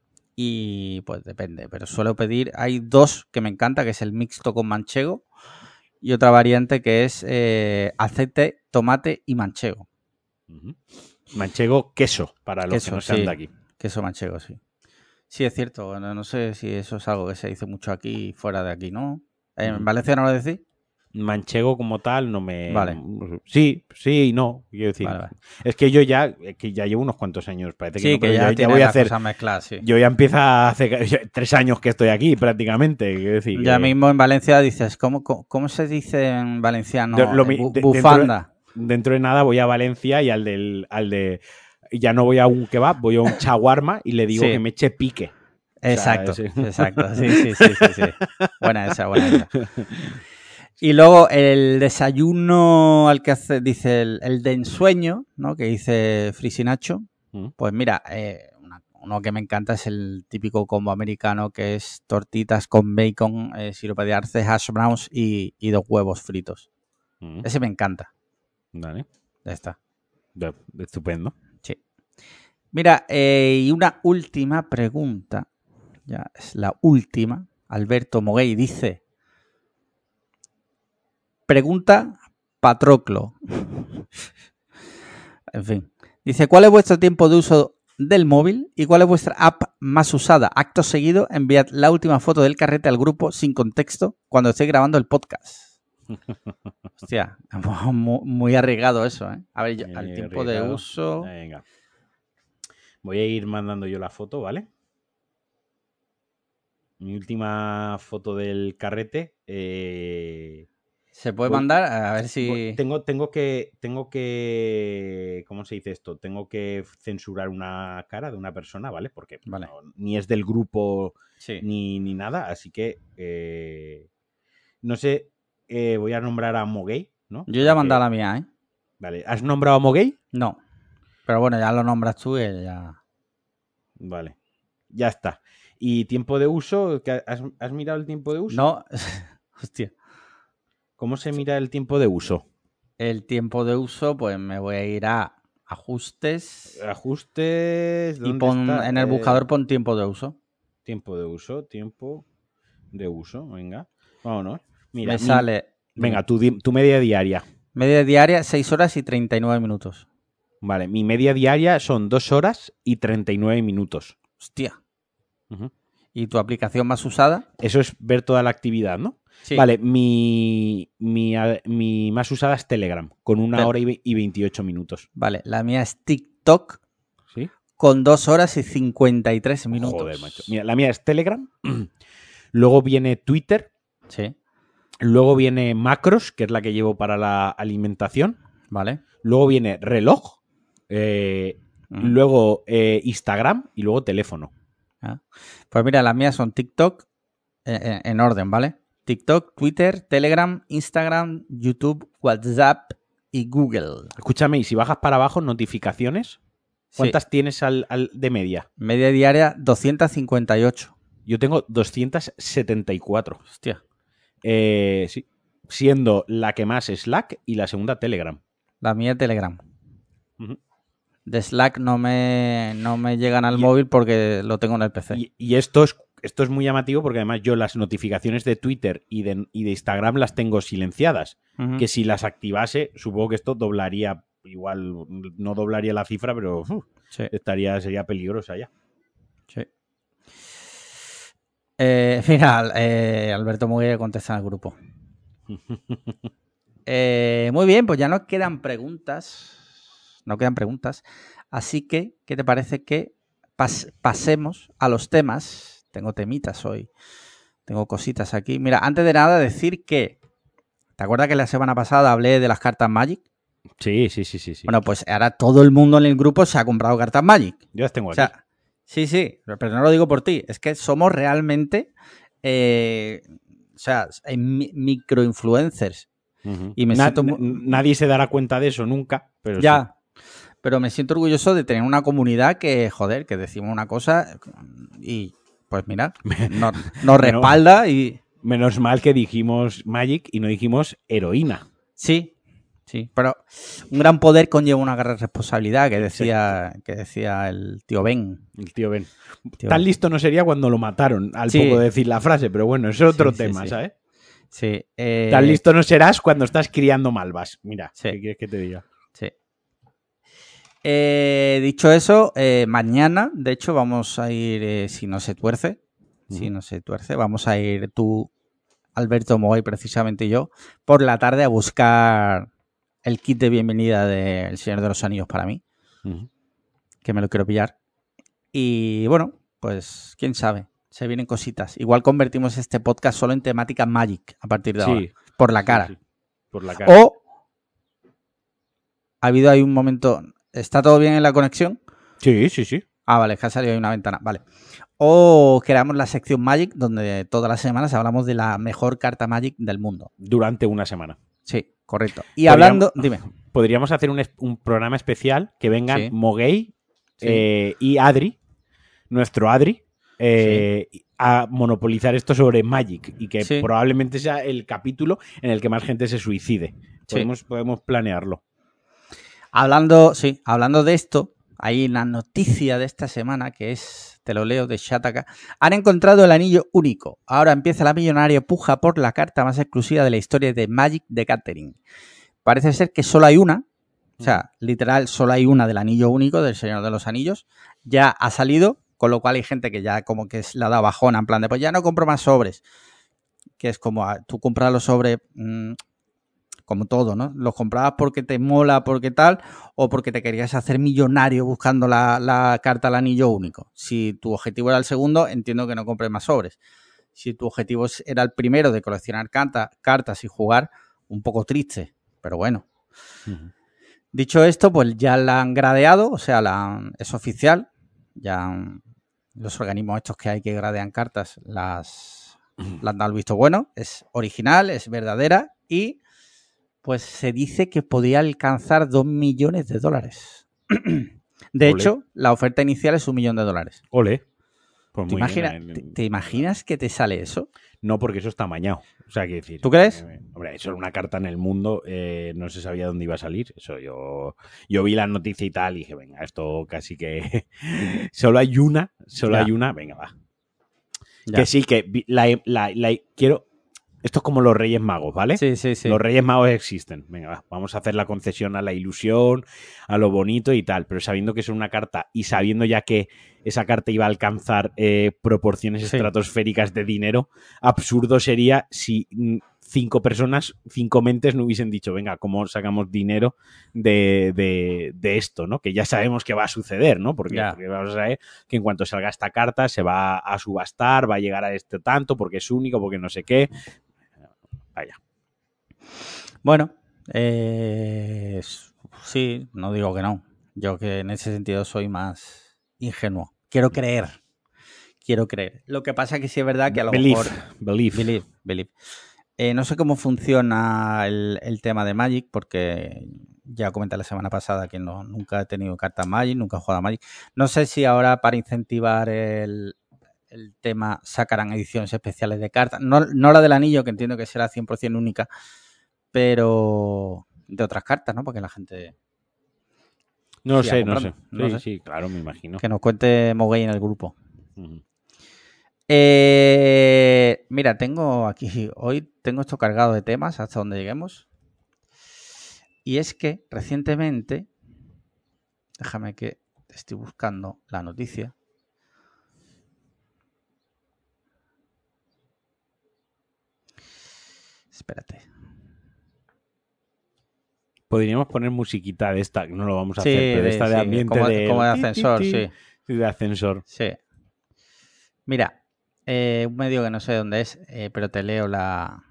Y pues depende, pero suelo pedir, hay 2 que me encanta, que es el mixto con manchego y otra variante que es aceite, tomate y manchego. Manchego, queso, para los que no sean de aquí. Queso manchego, sí. Sí, es cierto, bueno, no sé si eso es algo que se dice mucho aquí fuera de aquí, ¿no? ¿En Valencia no lo decís? Manchego como tal no me... Vale. Sí y no, quiero decir. Vale. Es que yo ya llevo unos cuantos años, parece que sí, no, que ya voy a hacer cosas mezcladas, sí. Yo ya empiezo hace 3 años que estoy aquí, prácticamente. Quiero decir, ya mismo en Valencia dices, ¿cómo se dice en valenciano? Bufanda. Dentro de nada voy a Valencia y al de ya no voy a un kebab, voy a un shawarma y le digo que me eche pique. Exacto, exacto. Sí. Buena esa. Y luego el desayuno al que hace, dice el de ensueño, ¿no? Que dice Frisinacho. Pues mira, uno que me encanta es el típico combo americano, que es tortitas con bacon, sirope de arce, hash browns y 2 huevos fritos. Ese me encanta. Vale. Ya está. Estupendo. Sí. Mira, y una última pregunta. Ya es la última. Alberto Moguey dice... Pregunta Patroclo. En fin. Dice, ¿cuál es vuestro tiempo de uso del móvil y cuál es vuestra app más usada? Acto seguido, enviad la última foto del carrete al grupo sin contexto cuando esté grabando el podcast. Hostia, muy arriesgado eso, ¿eh? A ver, yo, al tiempo de uso... Venga. Voy a ir mandando yo la foto, ¿vale? Mi última foto del carrete... ¿Se puede mandar? A ver si... Tengo que... ¿Cómo se dice esto? Tengo que censurar una cara de una persona, ¿vale? Porque no, ni es del grupo ni nada, así que... no sé, voy a nombrar a Moguey, ¿no? Yo ya he mandado la mía, ¿eh? Vale, ¿has nombrado a Moguey? No, pero bueno, ya lo nombras tú y ya... Vale, ya está. ¿Y tiempo de uso? ¿Has mirado el tiempo de uso? No, hostia. ¿Cómo se mira el tiempo de uso? El tiempo de uso, pues me voy a ir a ajustes. Ajustes. Y en el buscador pon tiempo de uso. Tiempo de uso, venga. Vámonos. Mira, me sale... Venga, tu media diaria. Media diaria, 6 horas y 39 minutos. Vale, mi media diaria son 2 horas y 39 minutos. Hostia. ¿Y tu aplicación más usada? Eso es ver toda la actividad, ¿no? Sí. Vale, mi más usada es Telegram, con 1 hora y 28 minutos. Vale, la mía es TikTok. ¿Sí? Con 2 horas y 53 minutos. Joder, macho. Mira, la mía es Telegram. Luego viene Twitter. Sí. Luego viene Macros, que es la que llevo para la alimentación. Vale. luego viene reloj, luego Instagram y luego teléfono. Pues mira, las mías son TikTok en orden, ¿vale? TikTok, Twitter, Telegram, Instagram, YouTube, WhatsApp y Google. Escúchame, y si bajas para abajo, notificaciones, ¿cuántas tienes de media? Media diaria, 258. Yo tengo 274. Hostia. Sí. Siendo la que más Slack y la segunda Telegram. La mía Telegram. De Slack no me llegan al móvil porque lo tengo en el PC. Y esto es muy llamativo porque además yo las notificaciones de Twitter y de Instagram las tengo silenciadas. Que si las activase, supongo que esto doblaría, igual no doblaría la cifra, pero sería peligrosa ya. Sí. Mira, Alberto Mugué contesta en el grupo. Muy bien, pues ya nos quedan preguntas. Así que, ¿qué te parece que pasemos a los temas? Tengo temitas hoy. Tengo cositas aquí. Mira, antes de nada decir que... ¿Te acuerdas que la semana pasada hablé de las cartas Magic? Sí. Bueno, pues ahora todo el mundo en el grupo se ha comprado cartas Magic. Yo las tengo aquí. O sea, sí, pero no lo digo por ti. Es que somos realmente... microinfluencers. Y me siento... Nadie se dará cuenta de eso nunca, pero ya. Sí. Pero me siento orgulloso de tener una comunidad que, joder, que decimos una cosa y, pues mira, nos respalda y... Menos mal que dijimos Magic y no dijimos heroína. Sí, pero un gran poder conlleva una gran responsabilidad, que decía el tío Ben. El tío Ben. Tan listo no sería cuando lo mataron, al poco de decir la frase, pero bueno, eso es otro tema, ¿sabes? Sí. Tan listo no serás cuando estás criando malvas. Mira, ¿qué quieres que te diga? Sí. Dicho eso, mañana, de hecho, vamos a ir, si no se tuerce, vamos a ir tú, Alberto Moy, precisamente yo, por la tarde a buscar el kit de bienvenida del Señor de los Anillos para mí, que me lo quiero pillar. Y bueno, pues quién sabe, se vienen cositas. Igual convertimos este podcast solo en temática Magic a partir de ahora, por la cara. Sí. Por la cara. O ha habido ahí un momento... ¿Está todo bien en la conexión? Sí. Ah, vale, es que ha salido ahí una ventana. Vale. O creamos la sección Magic, donde todas las semanas hablamos de la mejor carta Magic del mundo. Durante una semana. Sí, correcto. Y hablando... Dime. Podríamos hacer un programa especial que vengan Moguey y Adri, nuestro Adri, a monopolizar esto sobre Magic y que probablemente sea el capítulo en el que más gente se suicide. Podemos planearlo. Hablando de esto, hay una noticia de esta semana que es, te lo leo de Shataka. Han encontrado el anillo único. Ahora empieza la millonaria puja por la carta más exclusiva de la historia de Magic the Gathering. Parece ser que solo hay una, o sea, literal, solo hay una del anillo único del Señor de los Anillos. Ya ha salido, con lo cual hay gente que ya como que le ha dado bajona, en plan de, pues ya no compro más sobres. Que es como, tú compras los sobres... como todo, ¿no? Los comprabas porque te mola, porque tal, o porque te querías hacer millonario buscando la carta al anillo único. Si tu objetivo era el segundo, entiendo que no compres más sobres. Si tu objetivo era el primero de coleccionar cartas y jugar, un poco triste, pero bueno. Dicho esto, pues ya la han gradeado, o sea, es oficial. Ya los organismos estos que hay que gradean cartas las han dado el visto bueno. Es original, es verdadera y... pues se dice que podría alcanzar $2 millones. De hecho, la oferta inicial es $1 millón. Ole. Pues ¿Te imaginas que te sale eso? No, porque eso está amañado. O sea, quiero decir... ¿Tú crees? Hombre, eso era una carta en el mundo, no se sabía dónde iba a salir. Eso yo vi la noticia y tal y dije, venga, esto casi que... solo hay una, venga, va. Ya. Que sí, que quiero... Esto es como los Reyes Magos, ¿vale? Sí. Los Reyes Magos existen. Venga, vamos a hacer la concesión a la ilusión, a lo bonito y tal. Pero sabiendo que es una carta y sabiendo ya que esa carta iba a alcanzar proporciones estratosféricas de dinero, absurdo sería si 5 personas, 5 mentes no hubiesen dicho, venga, ¿cómo sacamos dinero de esto, ¿no? Que ya sabemos que va a suceder, ¿no? Porque vamos a saber que en cuanto salga esta carta se va a subastar, va a llegar a este tanto, porque es único, porque no sé qué. Vaya. Bueno, Sí, no digo que no. Yo que en ese sentido soy más ingenuo. Quiero creer. Lo que pasa es que sí es verdad que a lo mejor... Believe. No sé cómo funciona el tema de Magic, porque ya comenté la semana pasada que nunca he tenido cartas Magic, nunca he jugado a Magic. No sé si ahora para incentivar el tema sacarán ediciones especiales de cartas. No la del anillo, que entiendo que será 100% única, pero de otras cartas, ¿no? Porque la gente... No sé. No sé. Sí, claro, me imagino. Que nos cuente Moguey en el grupo. Uh-huh. Mira, hoy tengo esto cargado de temas hasta donde lleguemos. Y es que recientemente, déjame que estoy buscando la noticia. Espérate. Podríamos poner musiquita de esta, no lo vamos a hacer, pero de esta de ambiente como de ascensor, sí. De ascensor. Sí. Mira, un medio que no sé dónde es, pero te leo la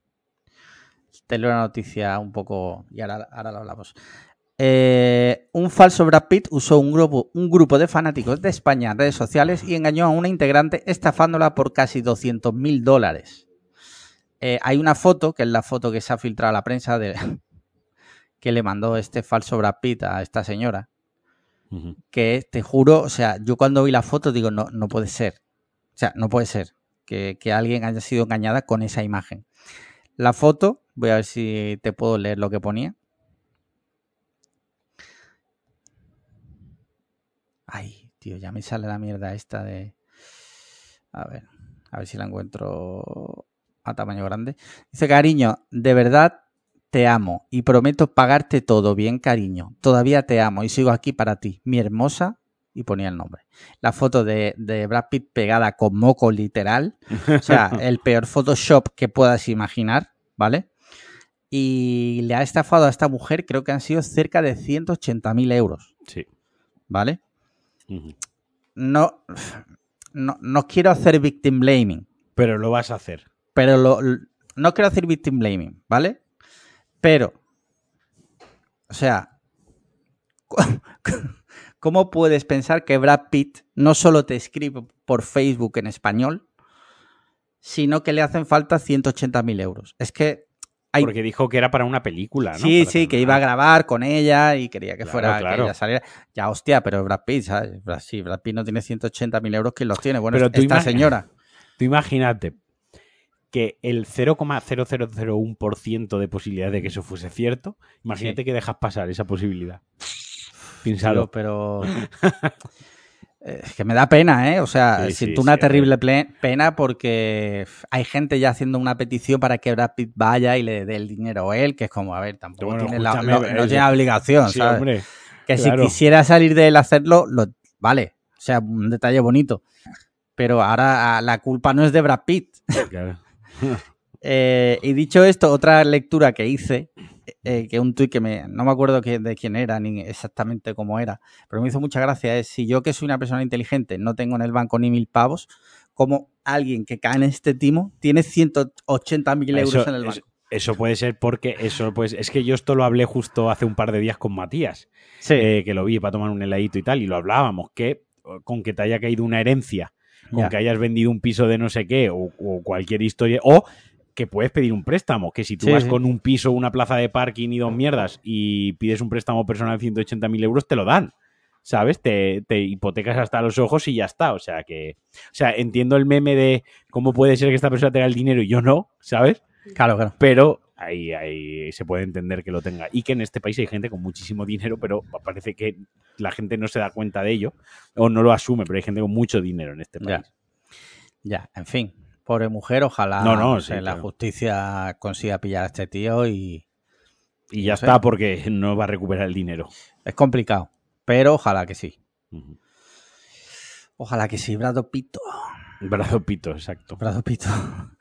noticia un poco y ahora lo hablamos. Un falso Brad Pitt usó un grupo de fanáticos de España en redes sociales y engañó a una integrante estafándola por casi $200.000. Hay una foto, que es la foto que se ha filtrado a la prensa que le mandó este falso Brad Pitt a esta señora. Uh-huh. Que te juro, o sea, yo cuando vi la foto digo, no puede ser. O sea, no puede ser que alguien haya sido engañada con esa imagen. La foto, voy a ver si te puedo leer lo que ponía. Ay, tío, ya me sale la mierda esta de... A ver si la encuentro a tamaño grande. Dice, cariño, de verdad te amo y prometo pagarte todo bien, cariño. Todavía te amo y sigo aquí para ti, mi hermosa. Y ponía el nombre. La foto de Brad Pitt pegada con moco literal. O sea, el peor Photoshop que puedas imaginar, ¿vale? Y le ha estafado a esta mujer, creo que han sido cerca de 180.000 euros. Sí. ¿Vale? Uh-huh. No quiero hacer victim blaming. Pero lo vas a hacer. Pero no quiero hacer victim blaming, ¿vale? Pero, o sea, ¿cómo puedes pensar que Brad Pitt no solo te escribe por Facebook en español, sino que le hacen falta 180.000 euros? Es que porque dijo que era para una película, ¿no? Sí, que iba a grabar con ella y quería que fuera claro. que ella saliera. Ya, hostia, pero Brad Pitt, ¿sabes? Brad Pitt no tiene 180.000 euros, ¿quién los tiene? Bueno, pero esta señora. Tú imagínate que el 0,0001% de posibilidad de que eso fuese cierto, imagínate que dejas pasar esa posibilidad. Piénsalo. Pero es que me da pena, ¿eh? O sea, siento una terrible pena porque hay gente ya haciendo una petición para que Brad Pitt vaya y le dé el dinero a él, que es como, a ver, tampoco tiene no tiene obligación, sí, ¿sabes? Hombre, que claro. Si quisiera salir de él a hacerlo, vale, o sea, un detalle bonito. Pero ahora la culpa no es de Brad Pitt. Claro. Y dicho esto, otra lectura que hice, que un tuit que no me acuerdo de quién era, ni exactamente cómo era, pero me hizo mucha gracia, es si yo que soy una persona inteligente no tengo en el banco ni 1.000 pavos, como alguien que cae en este timo tiene 180.000 euros en el banco. Eso puede ser porque es que yo esto lo hablé justo hace un par de días con Matías, sí. Que lo vi para tomar un heladito y tal, y lo hablábamos, que con que te haya caído una herencia, con que hayas vendido un piso de no sé qué, o cualquier historia, o que puedes pedir un préstamo, que si tú vas con un piso, una plaza de parking y 2 mierdas y pides un préstamo personal de 180.000 euros, te lo dan, ¿sabes? Te hipotecas hasta los ojos y ya está, o sea, entiendo el meme de cómo puede ser que esta persona tenga el dinero y yo no, ¿sabes? Claro. Pero ahí se puede entender que lo tenga. Y que en este país hay gente con muchísimo dinero, pero parece que la gente no se da cuenta de ello o no lo asume, pero hay gente con mucho dinero en este país. Ya, en fin. Pobre mujer, ojalá la justicia consiga pillar a este tío y ya está, porque no va a recuperar el dinero. Es complicado, pero ojalá que sí. Uh-huh. Ojalá que sí, Brado Pito. Brado Pito, exacto. Brado Pito.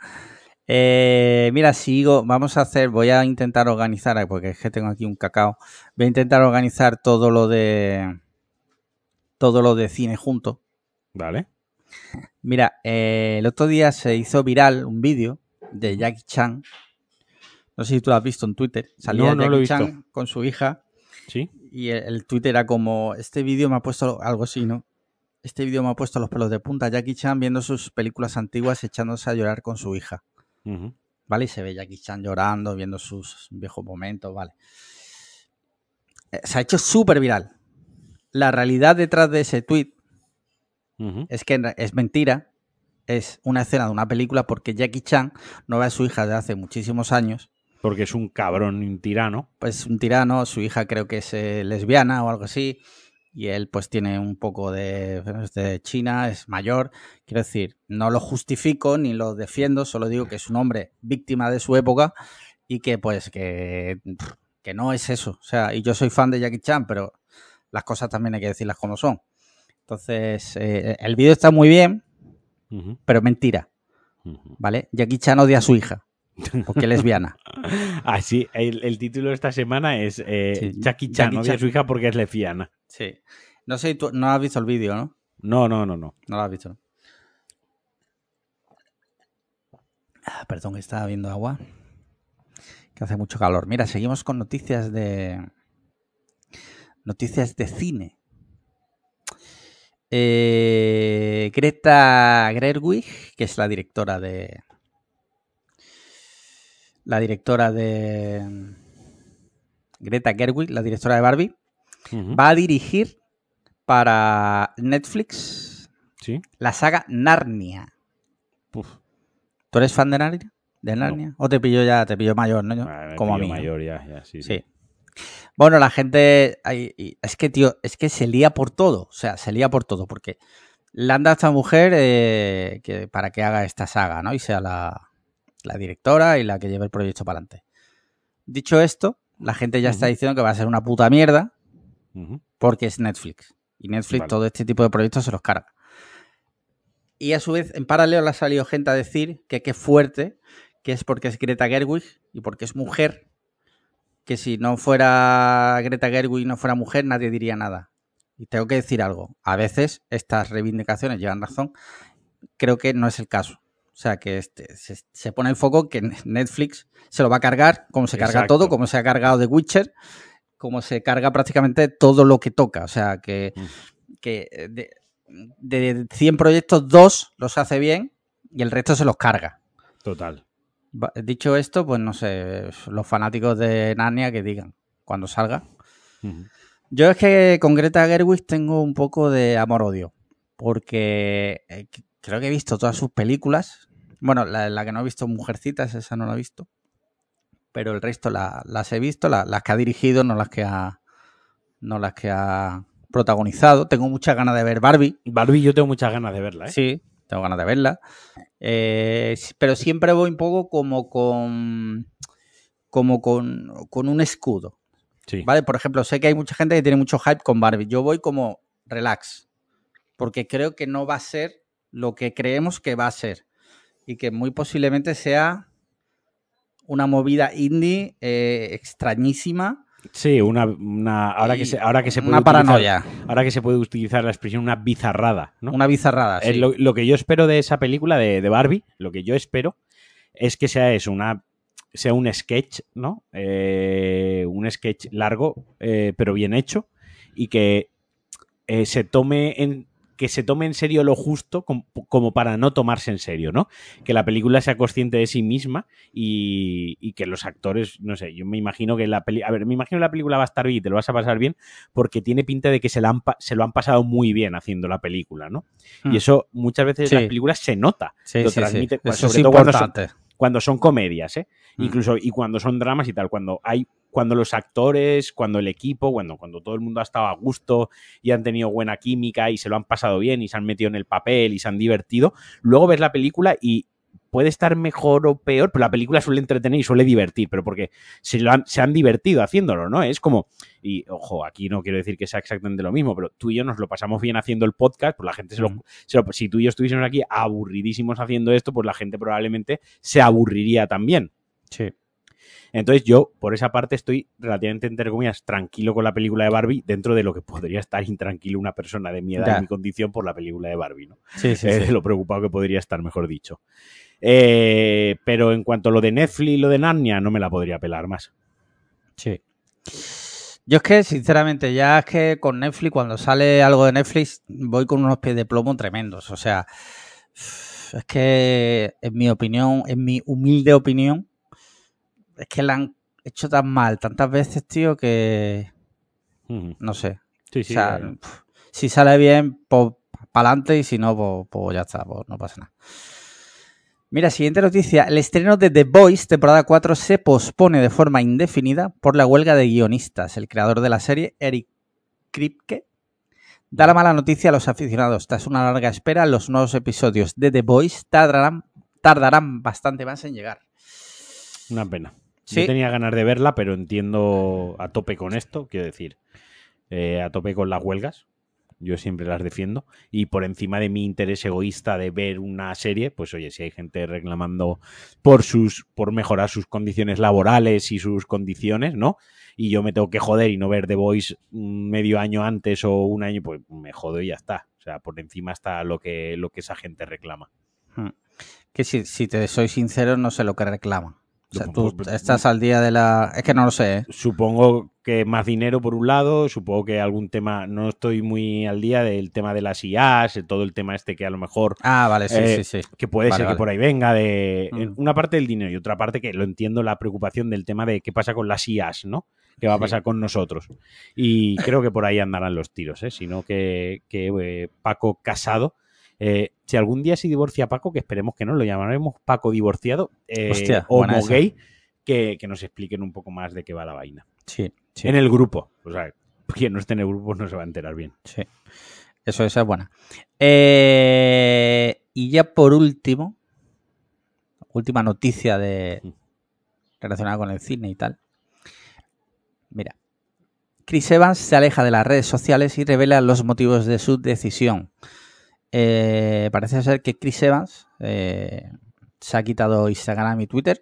Mira, voy a intentar organizar, porque es que tengo aquí un cacao, voy a intentar organizar todo lo de cine junto. Vale. Mira, el otro día se hizo viral un vídeo de Jackie Chan. No sé si tú lo has visto en Twitter. Salía Jackie Chan con su hija ¿Sí? Y el tuit era como, este vídeo me ha puesto algo así, ¿no? Este vídeo me ha puesto los pelos de punta. Jackie Chan viendo sus películas antiguas echándose a llorar con su hija. Uh-huh. ¿Vale? Y se ve Jackie Chan llorando, viendo sus viejos momentos, ¿vale? Se ha hecho súper viral. La realidad detrás de ese tuit es que es mentira. Es una escena de una película porque Jackie Chan no ve a su hija desde hace muchísimos años. Porque es un cabrón, un tirano. Pues un tirano, su hija creo que es lesbiana o algo así. Y él pues tiene un poco de China, es mayor. Quiero decir, no lo justifico ni lo defiendo, solo digo que es un hombre víctima de su época y que pues que no es eso. O sea, y yo soy fan de Jackie Chan, pero las cosas también hay que decirlas como son. Entonces, el vídeo está muy bien, pero es mentira. ¿Vale? Jackie Chan odia a su hija porque es lesbiana. Así, el título de esta semana es Sí, Jackie Chan odia a su hija porque es lesbiana. Sí. No sé, tú no has visto el vídeo, ¿no? No. No lo has visto. Perdón, que estaba viendo agua. Que hace mucho calor. Mira, seguimos con noticias de cine. Greta Gerwig, que es la directora de Greta Gerwig, la directora de Barbie, va a dirigir para Netflix la saga Narnia. Uf. ¿Tú eres fan de Narnia? No. ¿O te pillo mayor, ¿no? Como a mí. Mayor ya, sí. Bueno, la gente... Es que, tío, es que se lía por todo. O sea, se lía por todo. Porque le han dado a esta mujer para que haga esta saga, ¿no? Y sea la directora y la que lleve el proyecto para adelante. Dicho esto, la gente ya está diciendo que va a ser una puta mierda porque es Netflix. Y Netflix todo este tipo de proyectos se los carga. Y a su vez, en paralelo, le ha salido gente a decir que qué fuerte, que es porque es Greta Gerwig y porque es mujer, que si no fuera Greta Gerwig y no fuera mujer, nadie diría nada. Y tengo que decir algo. A veces estas reivindicaciones llevan razón. Creo que no es el caso. O sea, que se pone el foco que Netflix se lo va a cargar, como se carga todo, como se ha cargado The Witcher, como se carga prácticamente todo lo que toca. O sea, que de 100 proyectos, 2 los hace bien y el resto se los carga. Total. Dicho esto, pues no sé, los fanáticos de Narnia que digan cuando salga. Yo es que con Greta Gerwig tengo un poco de amor-odio, porque creo que he visto todas sus películas. Bueno, la que no he visto, Mujercitas, esa no la he visto. Pero el resto las he visto, las que ha dirigido, no las que ha protagonizado. Tengo muchas ganas de ver Barbie. Barbie yo tengo muchas ganas de verla, ¿eh? Sí, tengo ganas de verla. Pero siempre voy un poco como con un escudo. Sí. ¿Vale? Por ejemplo, sé que hay mucha gente que tiene mucho hype con Barbie. Yo voy como relax. Porque creo que no va a ser lo que creemos que va a ser. Y que muy posiblemente sea una movida indie extrañísima. Sí, ahora que se puede una paranoia. Ahora que se puede utilizar la expresión una bizarrada, ¿no? Una bizarrada, sí. Lo que yo espero de esa película de Barbie, lo que yo espero es que sea eso, sea un sketch, ¿no? Un sketch largo, pero bien hecho, y que se tome en serio lo justo como para no tomarse en serio, ¿no? Que la película sea consciente de sí misma y que los actores, no sé, yo me imagino que me imagino que la película va a estar bien y te lo vas a pasar bien porque tiene pinta de que se lo han pasado muy bien haciendo la película, ¿no? Y eso muchas veces en las películas se nota. Sí, lo transmite, sí. Eso sobre es todo importante. cuando son comedias, ¿eh? Incluso y cuando son dramas y tal, cuando los actores, cuando el equipo, cuando todo el mundo ha estado a gusto y han tenido buena química y se lo han pasado bien y se han metido en el papel y se han divertido, luego ves la película y puede estar mejor o peor, pero la película suele entretener y suele divertir, pero porque se han divertido haciéndolo, ¿no? Es como, y ojo, aquí no quiero decir que sea exactamente lo mismo, pero tú y yo nos lo pasamos bien haciendo el podcast, pues la gente si tú y yo estuviésemos aquí aburridísimos haciendo esto, pues la gente probablemente se aburriría también. Sí. Entonces yo, por esa parte, estoy relativamente, entre comillas, tranquilo con la película de Barbie dentro de lo que podría estar intranquilo una persona de mi edad y mi condición por la película de Barbie, ¿no? Sí. Lo preocupado que podría estar, mejor dicho. Pero en cuanto a lo de Netflix y lo de Narnia, no me la podría pelar más. Sí. Yo es que, sinceramente, ya es que con Netflix, cuando sale algo de Netflix, voy con unos pies de plomo tremendos. O sea, es que, en mi opinión, en mi humilde opinión, es que la han hecho tan mal tantas veces, tío, que no sé. Sí, O sí. sea, si sale bien, pues para adelante, y si no, pues ya está, pues no pasa nada. Mira, siguiente noticia. El estreno de The Boys, temporada 4, se pospone de forma indefinida por la huelga de guionistas. El creador de la serie, Eric Kripke, da la mala noticia a los aficionados. Tras una larga espera, los nuevos episodios de The Boys tardarán bastante más en llegar. Una pena. Sí. Yo tenía ganas de verla, pero entiendo a tope con esto, quiero decir, a tope con las huelgas. Yo siempre las defiendo. Y por encima de mi interés egoísta de ver una serie, pues oye, si hay gente reclamando por mejorar sus condiciones laborales y sus condiciones, ¿no? Y yo me tengo que joder y no ver The Voice medio año antes o un año, pues me jodo y ya está. O sea, por encima está lo que esa gente reclama. Que si te soy sincero, no sé lo que reclaman. O sea, tú estás al día de la... Es que no lo sé, ¿eh? Supongo que más dinero por un lado, supongo que algún tema, no estoy muy al día del tema de las IAs, todo el tema este que a lo mejor... Vale, sí. Que puede ser que por ahí venga de una parte del dinero y otra parte que lo entiendo la preocupación del tema de qué pasa con las IAs, ¿no? ¿Qué va a pasar con nosotros? Y creo que por ahí andarán los tiros, ¿eh? Sino que Paco Casado... si algún día se divorcia Paco, que esperemos que no, lo llamaremos Paco divorciado, Hostia, homo gay, que nos expliquen un poco más de qué va la vaina. Sí. En el grupo. O sea, quien no esté en el grupo no se va a enterar bien. Sí. Esa es buena. Y ya por última noticia relacionada con el cine y tal. Mira. Chris Evans se aleja de las redes sociales y revela los motivos de su decisión. Parece ser que Chris Evans se ha quitado Instagram y Twitter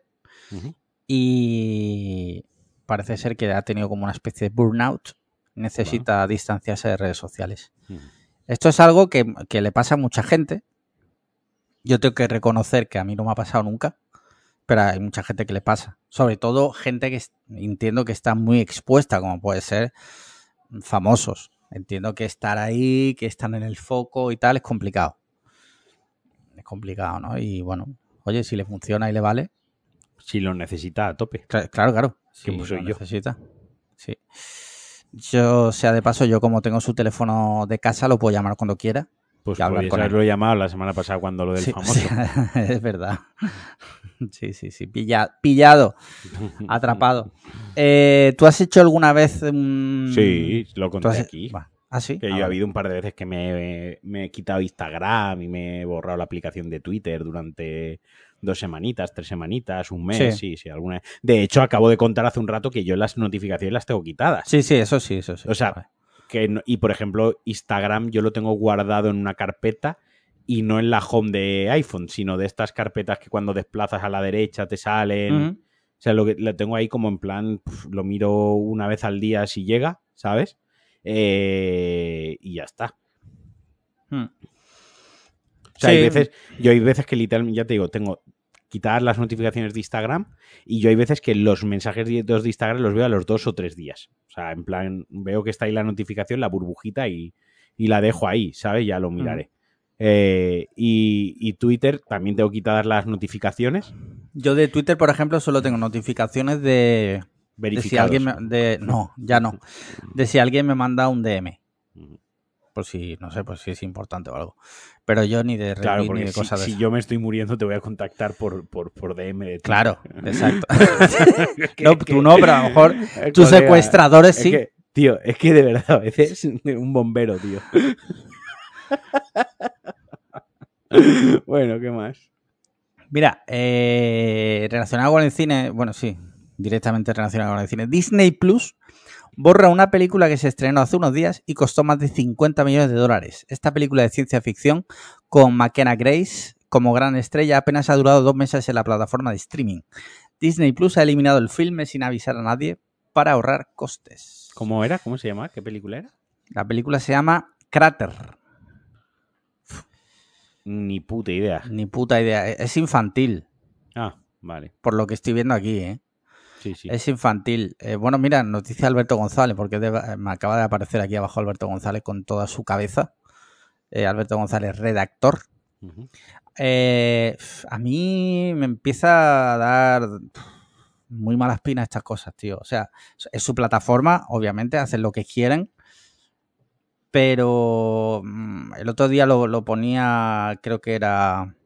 y parece ser que ha tenido como una especie de burnout. Necesita distanciarse de redes sociales. Esto es algo que le pasa a mucha gente. Yo tengo que reconocer que a mí no me ha pasado nunca, pero hay mucha gente que le pasa. Sobre todo gente que entiendo que está muy expuesta, como puede ser famosos. Entiendo que estar ahí, que están en el foco y tal, es complicado. Es complicado, ¿no? Y bueno, oye, si le funciona y le vale. Si lo necesita a tope. Claro. Si pues soy lo yo. necesita. Sí. Yo, sea de paso, yo como tengo su teléfono de casa, lo puedo llamar cuando quiera. Pues podrías haberlo llamado la semana pasada cuando lo del famoso. Sí, es verdad. Sí. Pillado. Atrapado. ¿Tú has hecho alguna vez Sí, lo conté aquí. ¿Ah, sí? Que yo ha habido un par de veces que me he quitado Instagram y me he borrado la aplicación de Twitter durante 2 semanitas, 3 semanitas, un mes, sí, alguna. De hecho, acabo de contar hace un rato que yo las notificaciones las tengo quitadas. Sí, eso sí. O sea, y por ejemplo, Instagram yo lo tengo guardado en una carpeta y no en la home de iPhone, sino de estas carpetas que cuando desplazas a la derecha te salen. O sea, lo tengo ahí como en plan, lo miro una vez al día si llega, ¿sabes? Y ya está. O sea, hay veces que literalmente, ya te digo, tengo quitadas las notificaciones de Instagram y yo hay veces que los mensajes directos de Instagram los veo a los 2 o 3 días. O sea, en plan, veo que está ahí la notificación, la burbujita y la dejo ahí, ¿sabes? Ya lo miraré. Y Twitter, también tengo quitadas las notificaciones. Yo de Twitter, por ejemplo, solo tengo notificaciones de si alguien no, ya no. De si alguien me manda un DM. Por si, no sé, por si es importante o algo. Pero yo ni de claro, ni de cosas de si yo me estoy muriendo te voy a contactar por DM de Twitter. Claro, exacto. No, tú no, pero a lo mejor tus secuestradores sí. Tío, es que de verdad a veces un bombero, tío. Bueno, ¿qué más? Mira, relacionado con el cine, bueno, sí, directamente relacionado con el cine. Disney Plus borra una película que se estrenó hace unos días y costó más de 50 millones de dólares. Esta película de ciencia ficción con McKenna Grace como gran estrella apenas ha durado 2 meses en la plataforma de streaming. Disney Plus ha eliminado el filme sin avisar a nadie para ahorrar costes. ¿Cómo era? ¿Cómo se llama? ¿Qué película era? La película se llama Cráter. Ni puta idea. Es infantil. Ah, vale. Por lo que estoy viendo aquí, ¿eh? Sí, sí. Es infantil. Bueno, mira, noticia Alberto González, porque me acaba de aparecer aquí abajo Alberto González con toda su cabeza. Alberto González, redactor. Uh-huh. A mí me empieza a dar muy malas pinas estas cosas, tío. O sea, es su plataforma, obviamente, hacen lo que quieren. Pero el otro día lo ponía, creo que era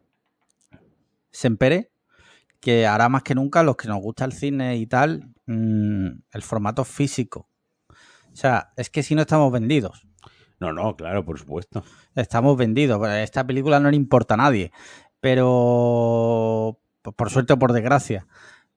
Sempere, que hará más que nunca los que nos gusta el cine y tal, el formato físico. O sea, es que si no estamos vendidos. No, claro, por supuesto. Estamos vendidos. Esta película no le importa a nadie. Pero, por suerte o por desgracia.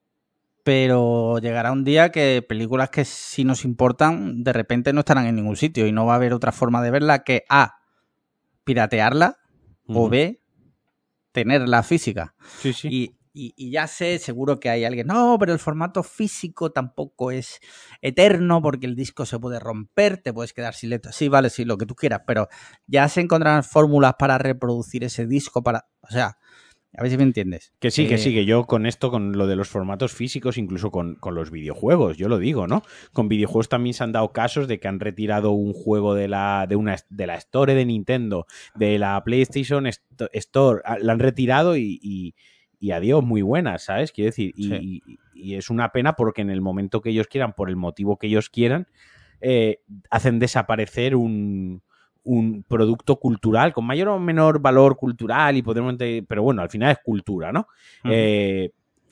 Pero llegará un día que películas que sí nos importan, de repente no estarán en ningún sitio y no va a haber otra forma de verla que A, piratearla, o B, tenerla física. Sí, sí. Y ya sé, seguro que hay alguien, no, pero el formato físico tampoco es eterno porque el disco se puede romper, te puedes quedar sin letra. Sí, vale, sí, lo que tú quieras, pero ya se encontrarán fórmulas para reproducir ese disco, o sea, a ver si me entiendes. Que sí, que yo con esto, con lo de los formatos físicos, incluso con los videojuegos, yo lo digo, ¿no? Con videojuegos también se han dado casos de que han retirado un juego de la Store de Nintendo, de la PlayStation Store, la han retirado y adiós, muy buenas, ¿sabes? Quiero decir, sí. y es una pena porque en el momento que ellos quieran, por el motivo que ellos quieran, hacen desaparecer un producto cultural con mayor o menor valor cultural y pero bueno, al final es cultura, ¿no? Uh-huh.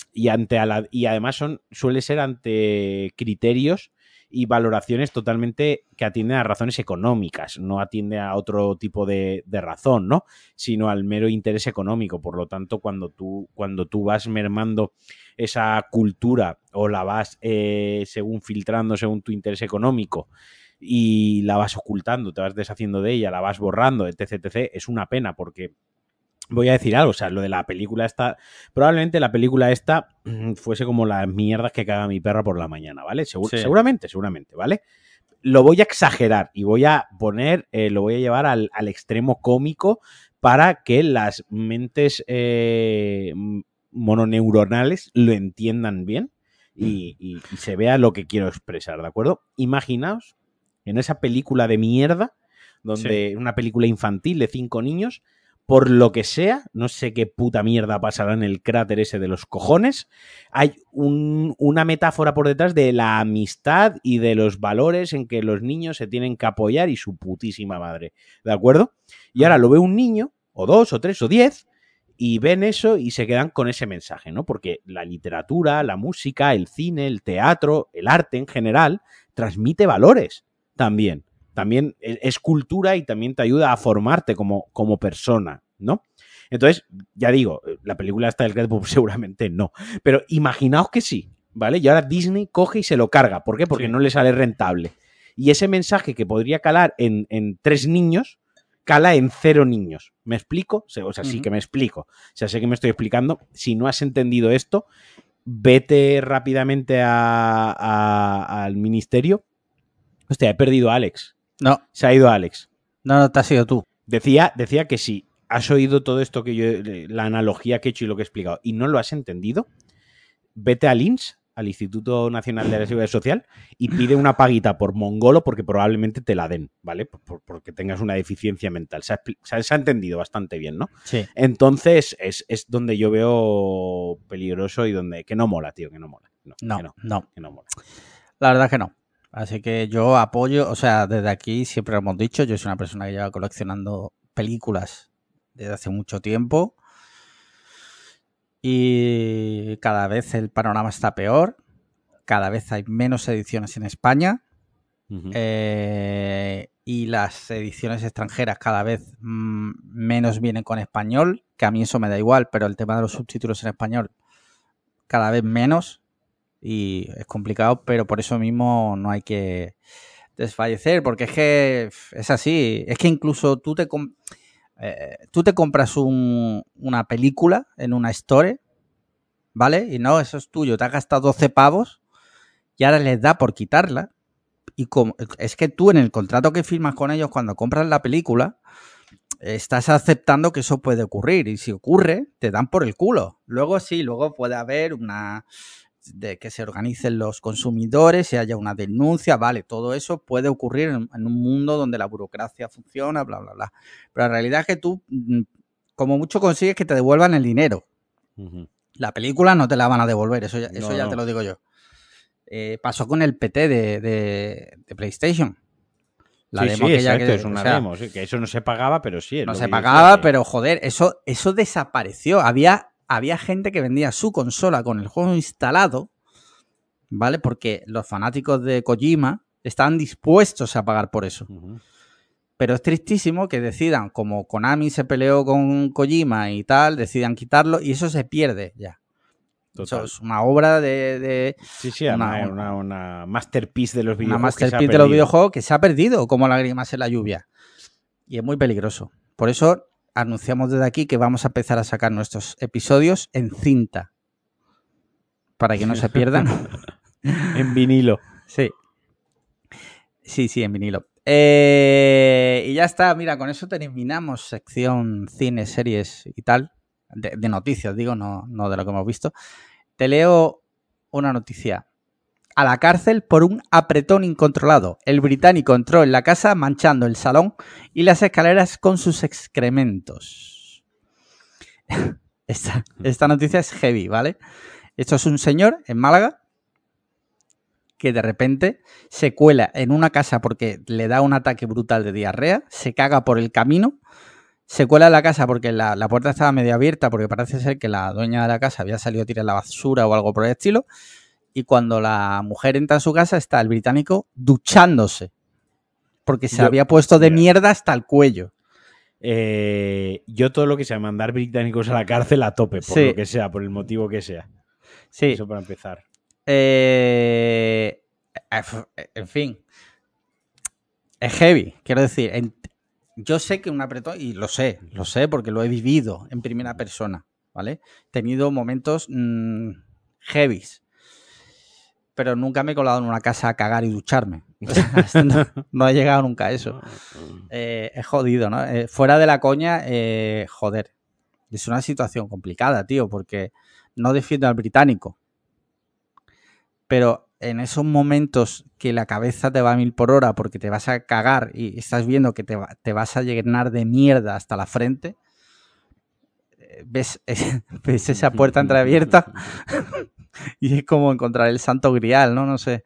Y además suele ser ante criterios y valoraciones totalmente que atienden a razones económicas, no atiende a otro tipo de razón, ¿no? Sino al mero interés económico. Por lo tanto, cuando tú vas mermando esa cultura o la vas según filtrando según tu interés económico y la vas ocultando, te vas deshaciendo de ella, la vas borrando, etc, etc, es una pena porque voy a decir algo, o sea, lo de la película esta, probablemente la película esta fuese como las mierdas que caga mi perra por la mañana, ¿vale? Sí. Seguramente, ¿vale? Lo voy a exagerar y voy a poner, lo voy a llevar al extremo cómico para que las mentes mononeuronales lo entiendan bien y se vea lo que quiero expresar, ¿de acuerdo? Imaginaos en esa película de mierda, donde una película infantil de 5 niños, por lo que sea, no sé qué puta mierda pasará en el cráter ese de los cojones, hay una metáfora por detrás de la amistad y de los valores en que los niños se tienen que apoyar y su putísima madre, ¿de acuerdo? Y ahora lo ve un niño, o 2, o 3, o 10, y ven eso y se quedan con ese mensaje, ¿no? Porque la literatura, la música, el cine, el teatro, el arte en general, transmite valores también. También es cultura y también te ayuda a formarte como persona, ¿no? Entonces, ya digo, la película esta del Red Bull seguramente no. Pero imaginaos que sí, ¿vale? Y ahora Disney coge y se lo carga. ¿Por qué? Porque no le sale rentable. Y ese mensaje que podría calar en 3 niños, cala en 0 niños. ¿Me explico? O sea, sí que me explico. O sea, sé que me estoy explicando. Si no has entendido esto, vete rápidamente al ministerio. Hostia, he perdido a Alex. No. Se ha ido Alex. No, te has ido tú. Decía que si has oído todo esto que yo, la analogía que he hecho y lo que he explicado, y no lo has entendido, vete al INS, al Instituto Nacional de la Seguridad Social, y pide una paguita por mongolo porque probablemente te la den, ¿vale? Porque tengas una deficiencia mental. Se ha entendido bastante bien, ¿no? Sí. Entonces es donde yo veo peligroso y donde que no mola, tío, que no mola. No. Que no mola. La verdad es que no. Así que yo apoyo, o sea, desde aquí siempre lo hemos dicho, yo soy una persona que lleva coleccionando películas desde hace mucho tiempo y cada vez el panorama está peor, cada vez hay menos ediciones en España y las ediciones extranjeras cada vez menos vienen con español, que a mí eso me da igual, pero el tema de los subtítulos en español cada vez menos. Y es complicado, pero por eso mismo no hay que desfallecer, porque es que es así. Es que incluso tú te compras una película en una store, ¿vale? Y no, eso es tuyo, te has gastado 12 pavos y ahora les da por quitarla. Y es que tú en el contrato que firmas con ellos cuando compras la película, estás aceptando que eso puede ocurrir. Y si ocurre, te dan por el culo. Luego sí, luego puede haber una de que se organicen los consumidores y haya una denuncia, vale, todo eso puede ocurrir en un mundo donde la burocracia funciona, bla, bla, bla. Pero la realidad es que tú, como mucho, consigues que te devuelvan el dinero. Uh-huh. La película no te la van a devolver, eso ya te lo digo yo. Pasó con el PT de PlayStation. La demo aquella que es una demo, sí, que eso no se pagaba, pero sí. No se pagaba, pero joder, eso desapareció. Había gente que vendía su consola con el juego instalado, ¿vale? Porque los fanáticos de Kojima estaban dispuestos a pagar por eso. Uh-huh. Pero es tristísimo que decidan, como Konami se peleó con Kojima y tal, decidan quitarlo y eso se pierde ya. Total. Eso es una obra de sí, una masterpiece de los videojuegos. Una masterpiece de los videojuegos que se ha perdido como lágrimas en la lluvia. Y es muy peligroso. Por eso anunciamos desde aquí que vamos a empezar a sacar nuestros episodios en cinta. Para que no se pierdan. En vinilo. Sí. Sí, en vinilo. Y ya está, mira, con eso terminamos sección cine, series y tal. De noticias, digo, no de lo que hemos visto. Te leo una noticia. A la cárcel por un apretón incontrolado. El británico entró en la casa manchando el salón y las escaleras con sus excrementos. Esta noticia es heavy, ¿vale? Esto es un señor en Málaga que de repente se cuela en una casa porque le da un ataque brutal de diarrea, se caga por el camino, se cuela en la casa porque la puerta estaba medio abierta porque parece ser que la dueña de la casa había salido a tirar la basura o algo por el estilo, y cuando la mujer entra en su casa está el británico duchándose porque se había puesto de mierda hasta el cuello. Yo todo lo que sea mandar británicos a la cárcel a tope, por lo que sea, por el motivo que sea. Sí. Eso para empezar. En fin, es heavy, quiero decir, yo sé que un apretón, y lo sé porque lo he vivido en primera persona, ¿vale? He tenido momentos heavies, pero nunca me he colado en una casa a cagar y ducharme. No he llegado nunca a eso. Es jodido, ¿no? Fuera de la coña, joder, es una situación complicada, tío, porque no defiendo al británico. Pero en esos momentos que la cabeza te va a 1000 por hora porque te vas a cagar y estás viendo que te vas a llenar de mierda hasta la frente, ves esa puerta entreabierta y es como encontrar el santo grial, ¿no? No sé.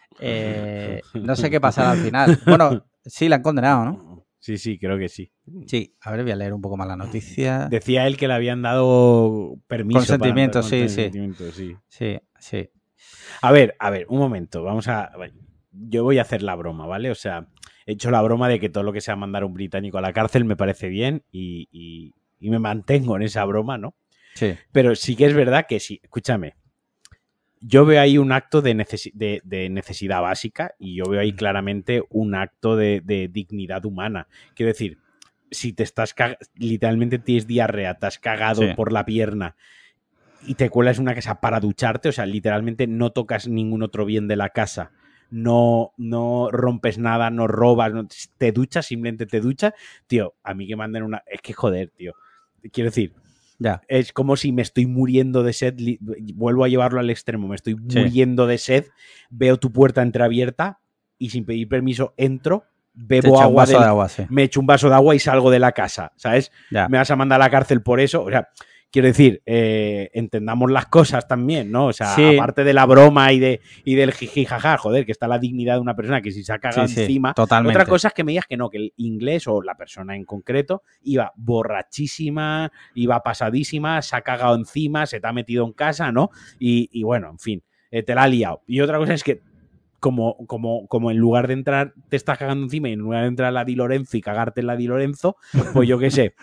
No sé qué pasará al final. Bueno, sí, la han condenado, ¿no? Sí, creo que sí. Sí, a ver, voy a leer un poco más la noticia. Decía él que le habían dado permiso. Consentimiento, sí. Sí. A ver, un momento. Yo voy a hacer la broma, ¿vale? O sea, he hecho la broma de que todo lo que sea mandar a un británico a la cárcel me parece bien y me mantengo en esa broma, ¿no? Sí. Pero sí que es verdad que sí. Escúchame. Yo veo ahí un acto de necesidad básica y yo veo ahí claramente un acto de dignidad humana. Quiero decir, si te estás literalmente tienes diarrea, te has cagado por la pierna y te cuelas en una casa para ducharte, o sea, literalmente no tocas ningún otro bien de la casa, no rompes nada, no robas, te duchas, simplemente te duchas, tío, a mí que manden una... Es que joder, tío. Quiero decir, es como si me estoy muriendo de sed, vuelvo a llevarlo al extremo, me estoy muriendo de sed, veo tu puerta entreabierta y sin pedir permiso entro, bebo agua, me echo un vaso de agua y salgo de la casa, ¿sabes? Me vas a mandar a la cárcel por eso, o sea... Quiero decir, entendamos las cosas también, ¿no? O sea, aparte de la broma y del jiji jaja, joder, que está la dignidad de una persona que si se ha cagado encima. Totalmente. Otra cosa es que me digas que no, que el inglés o la persona en concreto iba borrachísima, iba pasadísima, se ha cagado encima, se te ha metido en casa, ¿no? Y bueno, en fin, te la ha liado. Y otra cosa es que como en lugar de entrar te estás cagando encima y en lugar de entrar a la Di Lorenzo y cagarte en la Di Lorenzo, pues yo qué sé...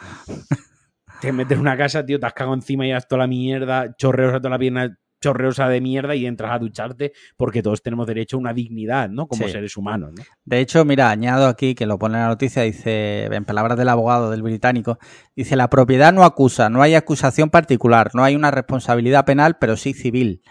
Te metes en una casa, tío, te has cagado encima y has toda la mierda, chorreosa toda la pierna, chorreosa de mierda y entras a ducharte porque todos tenemos derecho a una dignidad, ¿no? Como seres humanos, ¿no? De hecho, mira, añado aquí que lo pone en la noticia, dice, en palabras del abogado del británico, dice, la propiedad no acusa, no hay acusación particular, no hay una responsabilidad penal, pero sí civil.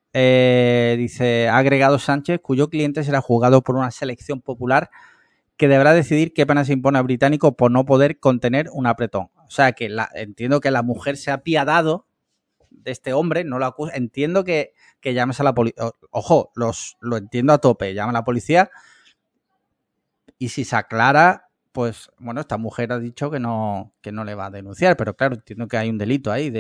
Dice, ha agregado Sánchez, cuyo cliente será juzgado por una selección popular que deberá decidir qué pena se impone al británico por no poder contener un apretón. O sea, que entiendo que la mujer se ha apiadado de este hombre, no lo acusa. Entiendo que que llames a la policía. Ojo, lo entiendo a tope, llama a la policía y si se aclara, pues bueno, esta mujer ha dicho que no le va a denunciar, pero claro, entiendo que hay un delito ahí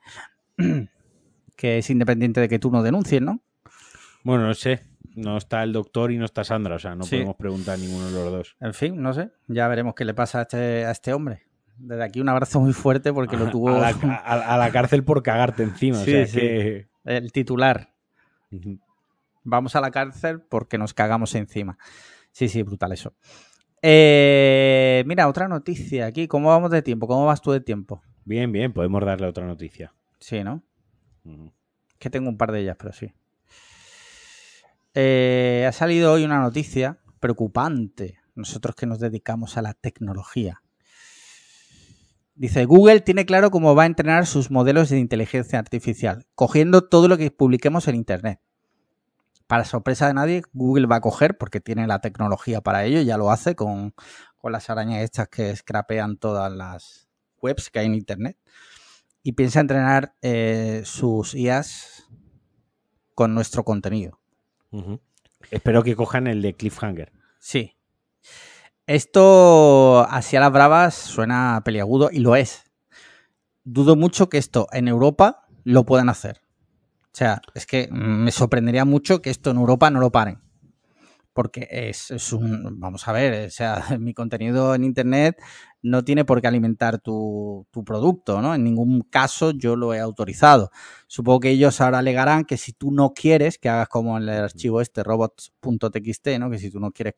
que es independiente de que tú no denuncies, ¿no? Bueno, no sé. No está el doctor y no está Sandra, o sea, no Sí. podemos preguntar a ninguno de los dos. En fin, no sé, ya veremos qué le pasa a este hombre. Desde aquí un abrazo muy fuerte porque lo tuvo... A la cárcel por cagarte encima, sí, o sea, sí. que... El titular. Vamos a la cárcel porque nos cagamos encima. Sí, sí, brutal eso. Mira, otra noticia aquí. ¿Cómo vamos de tiempo? ¿Cómo vas tú de tiempo? Bien, bien, podemos darle otra noticia. Sí, ¿no? Que tengo un par de ellas, pero sí. Ha salido hoy una noticia preocupante. Nosotros que nos dedicamos a la tecnología. Dice, Google tiene claro cómo va a entrenar sus modelos de inteligencia artificial, cogiendo todo lo que publiquemos en Internet. Para sorpresa de nadie, Google va a coger, porque tiene la tecnología para ello, ya lo hace con las arañas estas que scrapean todas las webs que hay en Internet, y piensa entrenar sus IAs con nuestro contenido. Espero que cojan el de Cliffhanger. Sí. Esto, así a las bravas, suena peliagudo y lo es. Dudo mucho que esto en Europa lo puedan hacer. O sea, es que me sorprendería mucho que esto en Europa no lo paren. Porque es un... Vamos a ver, o sea, mi contenido en Internet no tiene por qué alimentar tu producto, ¿no? En ningún caso yo lo he autorizado. Supongo que ellos ahora alegarán que si tú no quieres, que hagas como en el archivo robots.txt, ¿no? Que si tú no quieres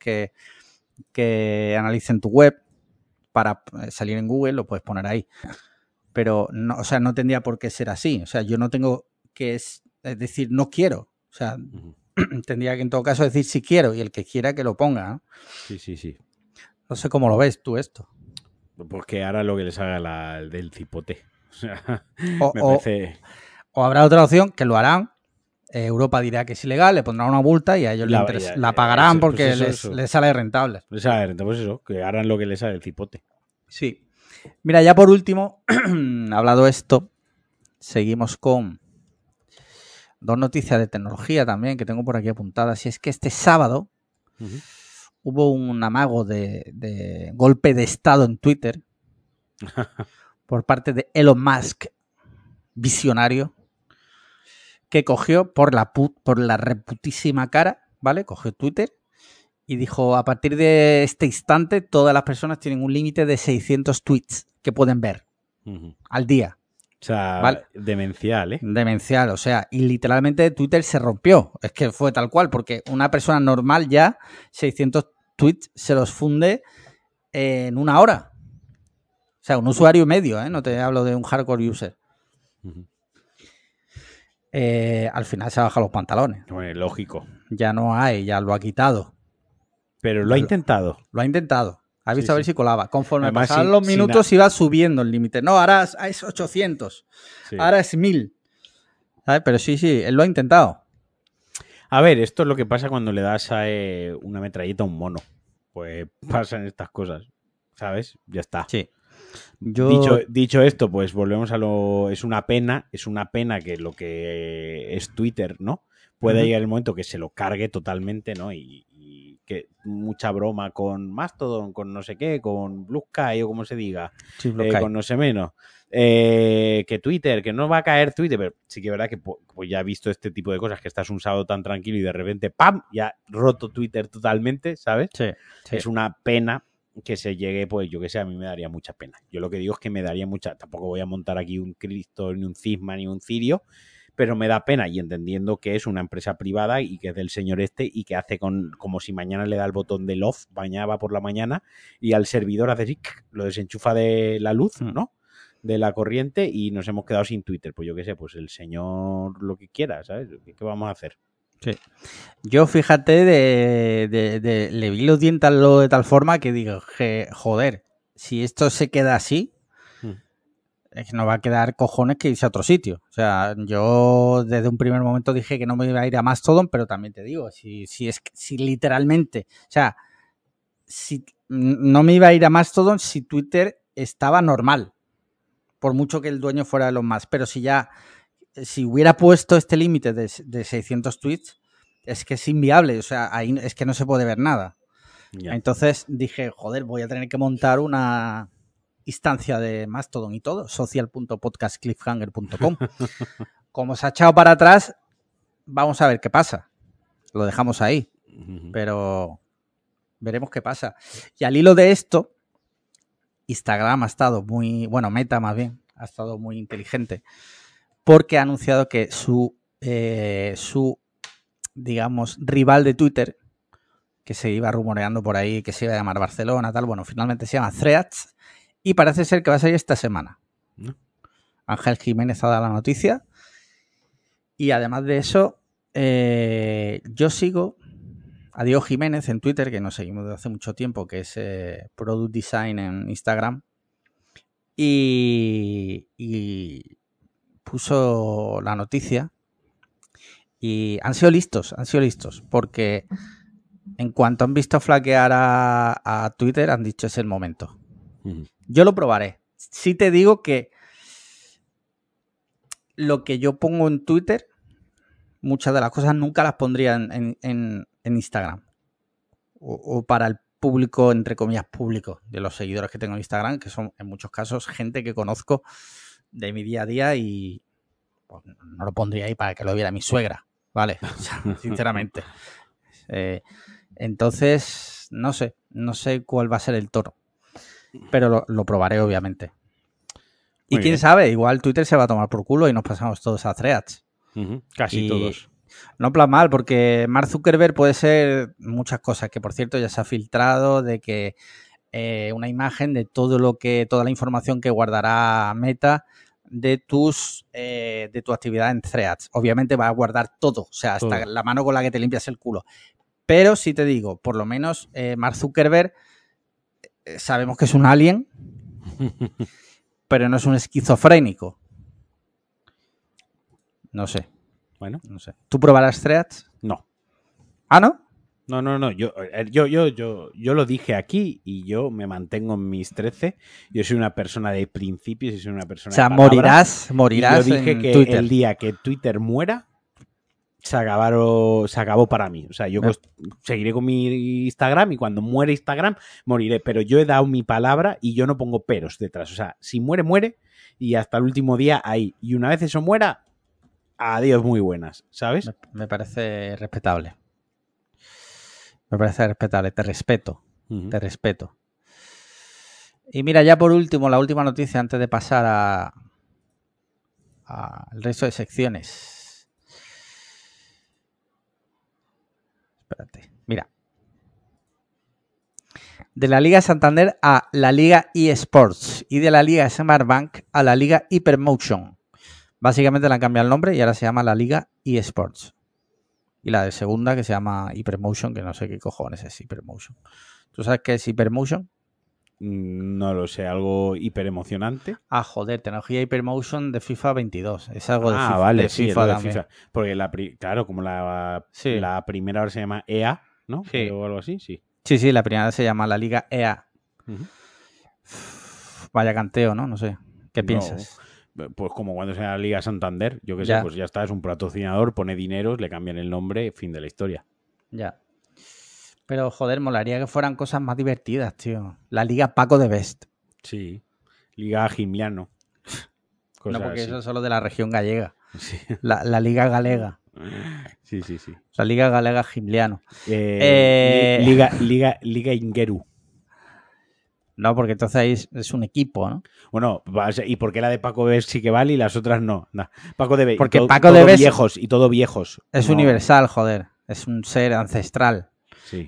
que analicen tu web para salir en Google, lo puedes poner ahí. Pero, no, o sea, no tendría por qué ser así. O sea, yo no tengo que... Es decir, no quiero. O sea, tendría que en todo caso decir si quiero y el que quiera que lo ponga, ¿no? Sí, sí, sí. No sé cómo lo ves tú esto. Pues que ahora lo que les haga el del cipote. O sea, me parece... O habrá otra opción que lo harán. Europa dirá que es ilegal, le pondrán una multa y a ellos la pagarán porque pues les sale rentable. Les sale rentable, pues eso, que harán lo que les sale el cipote. Sí. Mira, ya por último, hablado esto, seguimos con dos noticias de tecnología también que tengo por aquí apuntadas. Y es que este sábado hubo un amago de golpe de estado en Twitter por parte de Elon Musk, visionario, que cogió por la reputísima cara, ¿vale? Cogió Twitter y dijo, a partir de este instante todas las personas tienen un límite de 600 tweets que pueden ver al día. O sea, ¿vale? Demencial, ¿eh? Demencial, o sea, y literalmente Twitter se rompió. Es que fue tal cual, porque una persona normal ya 600 tweets se los funde en una hora. O sea, un usuario medio, ¿eh? No te hablo de un hardcore user. Al final se baja los pantalones. Bueno, lógico. Ya no hay, ya lo ha quitado. Pero lo ha intentado. Lo ha intentado. Ha visto a ver si colaba. Conforme pasaban los minutos iba subiendo el límite. No, ahora es 800. Sí. Ahora es 1000. ¿Sabes? Pero sí, él lo ha intentado. A ver, esto es lo que pasa cuando le das a una metralleta a un mono. Pues pasan estas cosas. ¿Sabes? Ya está. Sí. Dicho esto, pues volvemos a lo... Es una pena que lo que es Twitter, ¿no? Pueda llegar el momento que se lo cargue totalmente, ¿no? Y que mucha broma con Mastodon, con no sé qué, con Blue Sky o como se diga, sí, con no sé menos. Que Twitter, que no va a caer Twitter, pero sí que es verdad que pues ya he visto este tipo de cosas, que estás un sábado tan tranquilo y de repente ¡pam! Ya roto Twitter totalmente, ¿sabes? Sí. Es una pena que se llegue, pues yo que sé, a mí me daría mucha pena. Yo lo que digo es que me daría mucha... Tampoco voy a montar aquí un Cristo, ni un Cisma, ni un Cirio, pero me da pena, y entendiendo que es una empresa privada y que es del señor este y que hace como si mañana le da el botón del off, mañana va por la mañana y al servidor hace así, lo desenchufa de la luz, ¿no? De la corriente y nos hemos quedado sin Twitter. Pues yo qué sé, pues el señor lo que quiera, ¿sabes? ¿Qué vamos a hacer? Sí. Yo, fíjate, le vi los dientes de tal forma que digo, joder, si esto se queda así, es que no va a quedar cojones que irse a otro sitio. O sea, yo desde un primer momento dije que no me iba a ir a Mastodon, pero también te digo, si literalmente, o sea, si no me iba a ir a Mastodon si Twitter estaba normal, por mucho que el dueño fuera Elon Musk, pero si ya si hubiera puesto este límite de 600 tweets, es que es inviable. O sea, ahí es que no se puede ver nada. Ya. Entonces dije, joder, voy a tener que montar una instancia de Mastodon y todo, social.podcastcliffhanger.com. Como se ha echado para atrás, vamos a ver qué pasa. Lo dejamos ahí, pero veremos qué pasa. Y al hilo de esto, Instagram ha estado muy, bueno, Meta más bien, ha estado muy inteligente porque ha anunciado que su digamos, rival de Twitter, que se iba rumoreando por ahí, que se iba a llamar Barcelona, tal, bueno, finalmente se llama Threads y parece ser que va a salir esta semana. Ángel Jiménez ha dado la noticia y además de eso, yo sigo a Diego Jiménez en Twitter, que nos seguimos desde hace mucho tiempo, que es Product Design en Instagram, y puso la noticia y han sido listos, porque en cuanto han visto flaquear a Twitter, han dicho es el momento. Yo lo probaré. Sí te digo que lo que yo pongo en Twitter, muchas de las cosas nunca las pondría en Instagram. O para el público, entre comillas, público de los seguidores que tengo en Instagram, que son en muchos casos gente que conozco de mi día a día y pues, no lo pondría ahí para que lo viera mi suegra, ¿vale? O sea, sinceramente. Entonces, no sé cuál va a ser el tono, pero lo probaré, obviamente. Y quién sabe, igual Twitter se va a tomar por culo y nos pasamos todos a Threads. Casi todos. No plan mal, porque Mark Zuckerberg puede ser muchas cosas, que por cierto ya se ha filtrado de que una imagen de toda la información que guardará Meta de tu actividad en Threads. Obviamente va a guardar todo, o sea, hasta todo. La mano con la que te limpias el culo. Pero sí te digo, por lo menos Mark Zuckerberg sabemos que es un alien, pero no es un esquizofrénico. No sé. Bueno. No sé. ¿Tú probarás Threads? No. ¿Ah, no? No. Yo lo dije aquí y yo me mantengo en mis 13. Yo soy una persona de principios y soy una persona de palabras. morirás y yo dije en que Twitter. El día que Twitter muera, se acabó para mí. O sea, yo seguiré con mi Instagram y cuando muere Instagram, moriré. Pero yo he dado mi palabra y yo no pongo peros detrás. O sea, si muere, muere y hasta el último día ahí. Y una vez eso muera, adiós, muy buenas, ¿sabes? Me parece respetable. Te respeto. Te respeto. Y mira, ya por último, la última noticia antes de pasar al resto de secciones. Espérate. Mira. De la Liga Santander a la Liga eSports y de la Liga Smartbank a la Liga Hypermotion. Básicamente le han cambiado el nombre y ahora se llama la Liga eSports. Y la de segunda que se llama Hypermotion, que no sé qué cojones es Hypermotion. ¿Tú sabes qué es Hypermotion? No lo sé, algo hiperemocionante. Ah, joder, tecnología Hypermotion de FIFA 22. Es algo de FIFA. Vale, de sí, FIFA, de FIFA. Porque claro, como la primera ahora se llama EA, ¿no? Sí. O algo así, sí. Sí, la primera se llama la Liga EA. Vaya canteo, ¿no? No sé. ¿Qué piensas? Pues como cuando sea la Liga Santander, yo qué sé, pues ya está, es un patrocinador, pone dinero, le cambian el nombre, fin de la historia. Ya. Pero, joder, molaría que fueran cosas más divertidas, tío. La Liga Paco de Best. Sí. Liga Gimliano. No, porque eso es solo de la región gallega. Sí. La Liga Galega. Sí. La Liga Galega Gimliano. Liga Ingeru. No, porque entonces ahí es un equipo, ¿no? Bueno, ¿y por qué la de Paco de Best sí que vale y las otras no? Paco de Best. Porque Paco de Best todo viejos. Es universal, joder. Es un ser ancestral. Sí.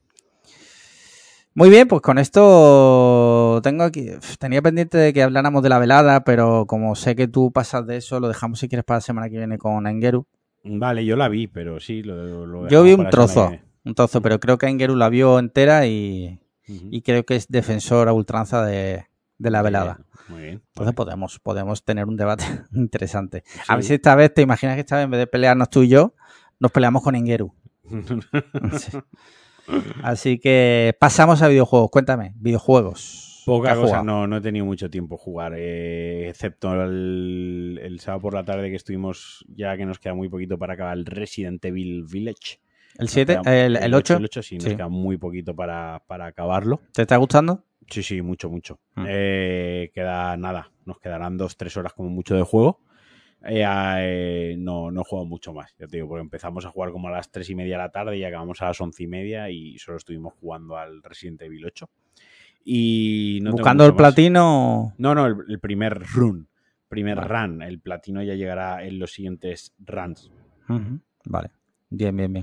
Muy bien, pues con esto tenía pendiente de que habláramos de la velada, pero como sé que tú pasas de eso, lo dejamos si quieres para la semana que viene con Engeru. Vale, yo la vi, pero sí, lo yo vi un trozo, pero creo que Engeru la vio entera y creo que es defensor a ultranza de la velada. Muy bien. Entonces podemos tener un debate interesante. Sí. A ver si esta vez, ¿te imaginas que esta vez en vez de pelearnos tú y yo, nos peleamos con Engeru? Sí. Así que pasamos a videojuegos. Cuéntame, videojuegos. Poca cosa, jugado? no he tenido mucho tiempo jugar, excepto el sábado por la tarde que estuvimos, ya que nos queda muy poquito para acabar el Resident Evil Village. ¿El Nos 7? queda ¿El 8? el 8 sí, nos Sí. queda muy poquito para acabarlo. ¿Te está gustando? Sí, mucho. Queda nada, nos quedarán 2-3 horas como mucho de juego. No he jugado mucho más, ya te digo, porque empezamos a jugar como a las 3:30 de la tarde y acabamos a las 11:30 y solo estuvimos jugando al Resident Evil 8. Y no tengo ¿Buscando mucho el más. platino? No, el primer run. Vale. Run. El platino ya llegará en los siguientes runs. Vale. Bien.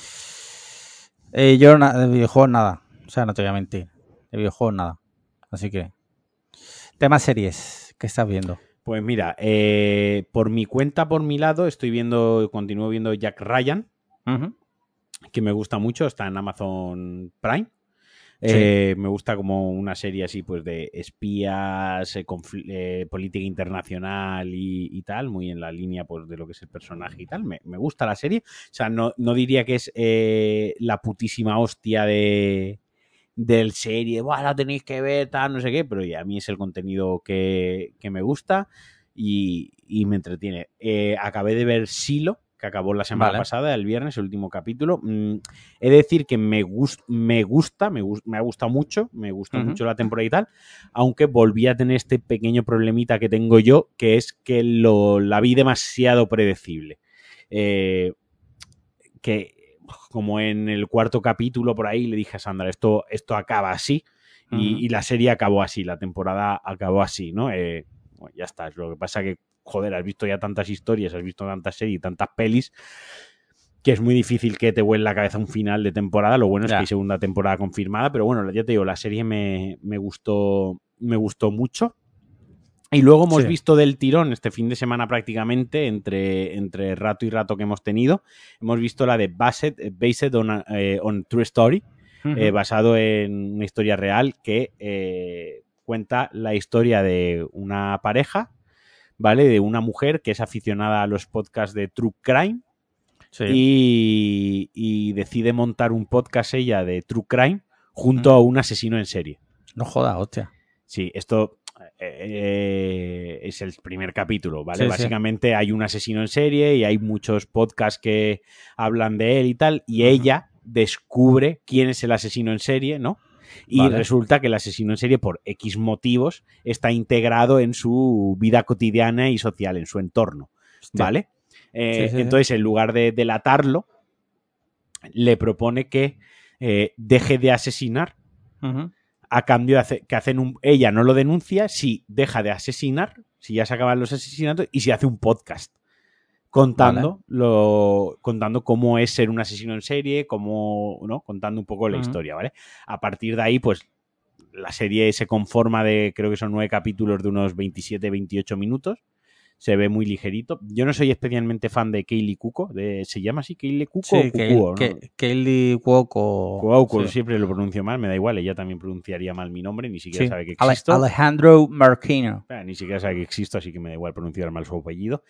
Yo de videojuegos nada. O sea, no te voy a mentir. De videojuegos nada. Así que. Tema series. ¿Qué estás viendo? Pues mira, por mi cuenta, por mi lado, continúo viendo Jack Ryan, que me gusta mucho, está en Amazon Prime. Sí. Me gusta como una serie así, pues de espías, política internacional y tal, muy en la línea pues de lo que es el personaje y tal. Me gusta la serie. O sea, no diría que es la putísima hostia del serie, bueno, la tenéis que ver, tal, no sé qué, pero a mí es el contenido que me gusta y me entretiene. Acabé de ver Silo, que acabó la semana pasada, el viernes, el último capítulo. He de decir que me ha gustado mucho, me gustó mucho la temporada y tal, aunque volví a tener este pequeño problemita que tengo yo, que es que la vi demasiado predecible. Que como en el cuarto capítulo por ahí le dije a Sandra, esto acaba así y la serie acabó así, la temporada acabó así, ¿no? Bueno, ya está, lo que pasa que, joder, has visto ya tantas historias, has visto tantas series y tantas pelis que es muy difícil que te vuele la cabeza un final de temporada. Lo bueno es que hay segunda temporada confirmada, pero bueno, ya te digo, la serie me gustó mucho. Y luego hemos visto del tirón este fin de semana prácticamente, entre rato y rato que hemos tenido, hemos visto la de Based on True Story, basado en una historia real que cuenta la historia de una pareja, ¿vale? De una mujer que es aficionada a los podcasts de True Crime y decide montar un podcast ella de True Crime junto a un asesino en serie. No jodas, hostia. Sí, esto es el primer capítulo, ¿vale? Básicamente hay un asesino en serie y hay muchos podcasts que hablan de él y tal, y ella descubre quién es el asesino en serie, ¿no? Y resulta que el asesino en serie, por X motivos, está integrado en su vida cotidiana y social, en su entorno, ¿vale? Entonces, en lugar de delatarlo, le propone que deje de asesinar a cambio de que ella no lo denuncia si deja de asesinar, si ya se acaban los asesinatos y si hace un podcast contando cómo es ser un asesino en serie, ¿no? Contando un poco la historia, ¿vale? A partir de ahí, pues la serie se conforma de, creo que son 9 capítulos de unos 27-28 minutos. Se ve muy ligerito. Yo no soy especialmente fan de Kaley Cuoco. ¿Se llama así Kaley Cuoco o Cuoco? Kaley Cuoco. Cuoco, siempre lo pronuncio mal, me da igual. Ella también pronunciaría mal mi nombre, ni siquiera sabe que existo. Alejandro Marquino. Ni siquiera sabe que existo, así que me da igual pronunciar mal su apellido.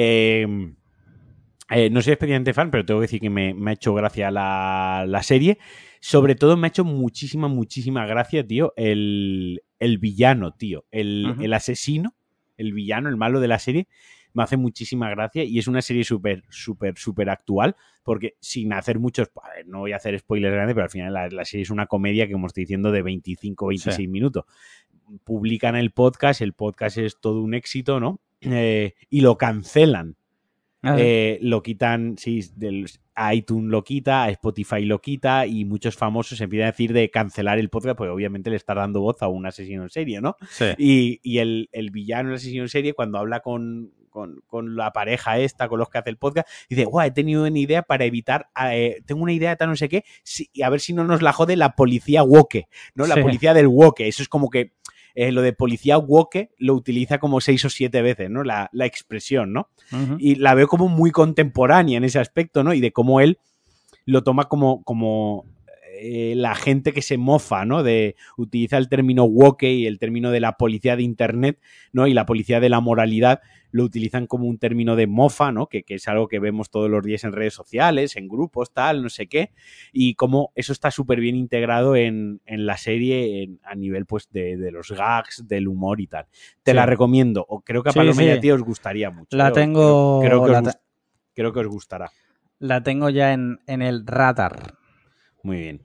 No soy especialmente fan, pero tengo que decir que me ha hecho gracia la serie. Sobre todo me ha hecho muchísima gracia, tío, el villano, tío. El asesino, el villano, el malo de la serie, me hace muchísima gracia y es una serie súper actual, porque sin hacer muchos, no voy a hacer spoilers grandes, pero al final la serie es una comedia que, como estoy diciendo, de 25-26 minutos. Publican el podcast es todo un éxito, ¿no? Y lo cancelan. Lo quitan, a iTunes lo quita, a Spotify lo quita y muchos famosos empiezan a decir de cancelar el podcast porque obviamente le está dando voz a un asesino en serie, ¿no? Y el villano, el asesino en serie, cuando habla con la pareja esta, con los que hace el podcast, dice, guau, he tenido una idea para evitar, tengo una idea de tal no sé qué, y a ver si no nos la jode la policía woke, ¿no? La policía del woke, eso es como que lo de policía woke lo utiliza como 6 o 7 veces, ¿no? La expresión, ¿no? Y la veo como muy contemporánea en ese aspecto, ¿no? Y de cómo él lo toma como la gente que se mofa, ¿no? Utiliza el término woke y el término de la policía de internet, ¿no? Y la policía de la moralidad lo utilizan como un término de mofa, ¿no? Que es algo que vemos todos los días en redes sociales, en grupos, tal, no sé qué. Y como eso está súper bien integrado en la serie a nivel, pues, de los gags, del humor y tal. Te la recomiendo. Creo que a Paloma y a ti os gustaría mucho. La tengo... Creo que os gustará. La tengo ya en el radar. Muy bien.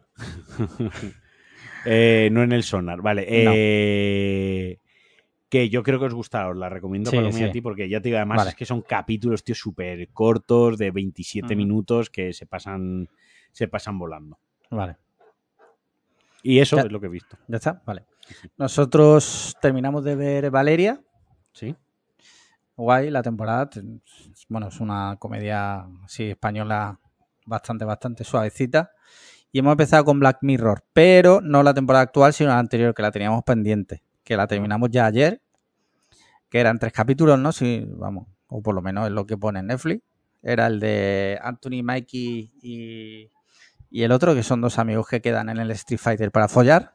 No en el sonar, vale. No. Que yo creo que os gustará, os la recomiendo para mí a ti, porque ya te digo, además es que son capítulos, tío, súper cortos, de 27 minutos, que se pasan volando. Vale. Y eso es lo que he visto. ¿Ya está? Vale. Nosotros terminamos de ver Valeria. Sí. Guay, la temporada. Bueno, es una comedia así española bastante suavecita. Y hemos empezado con Black Mirror, pero no la temporada actual, sino la anterior, que la teníamos pendiente, que la terminamos ya ayer, que eran 3 capítulos, ¿no? Sí, vamos, o por lo menos es lo que pone en Netflix. Era el de Anthony, Mikey y el otro, que son 2 amigos que quedan en el Street Fighter para follar.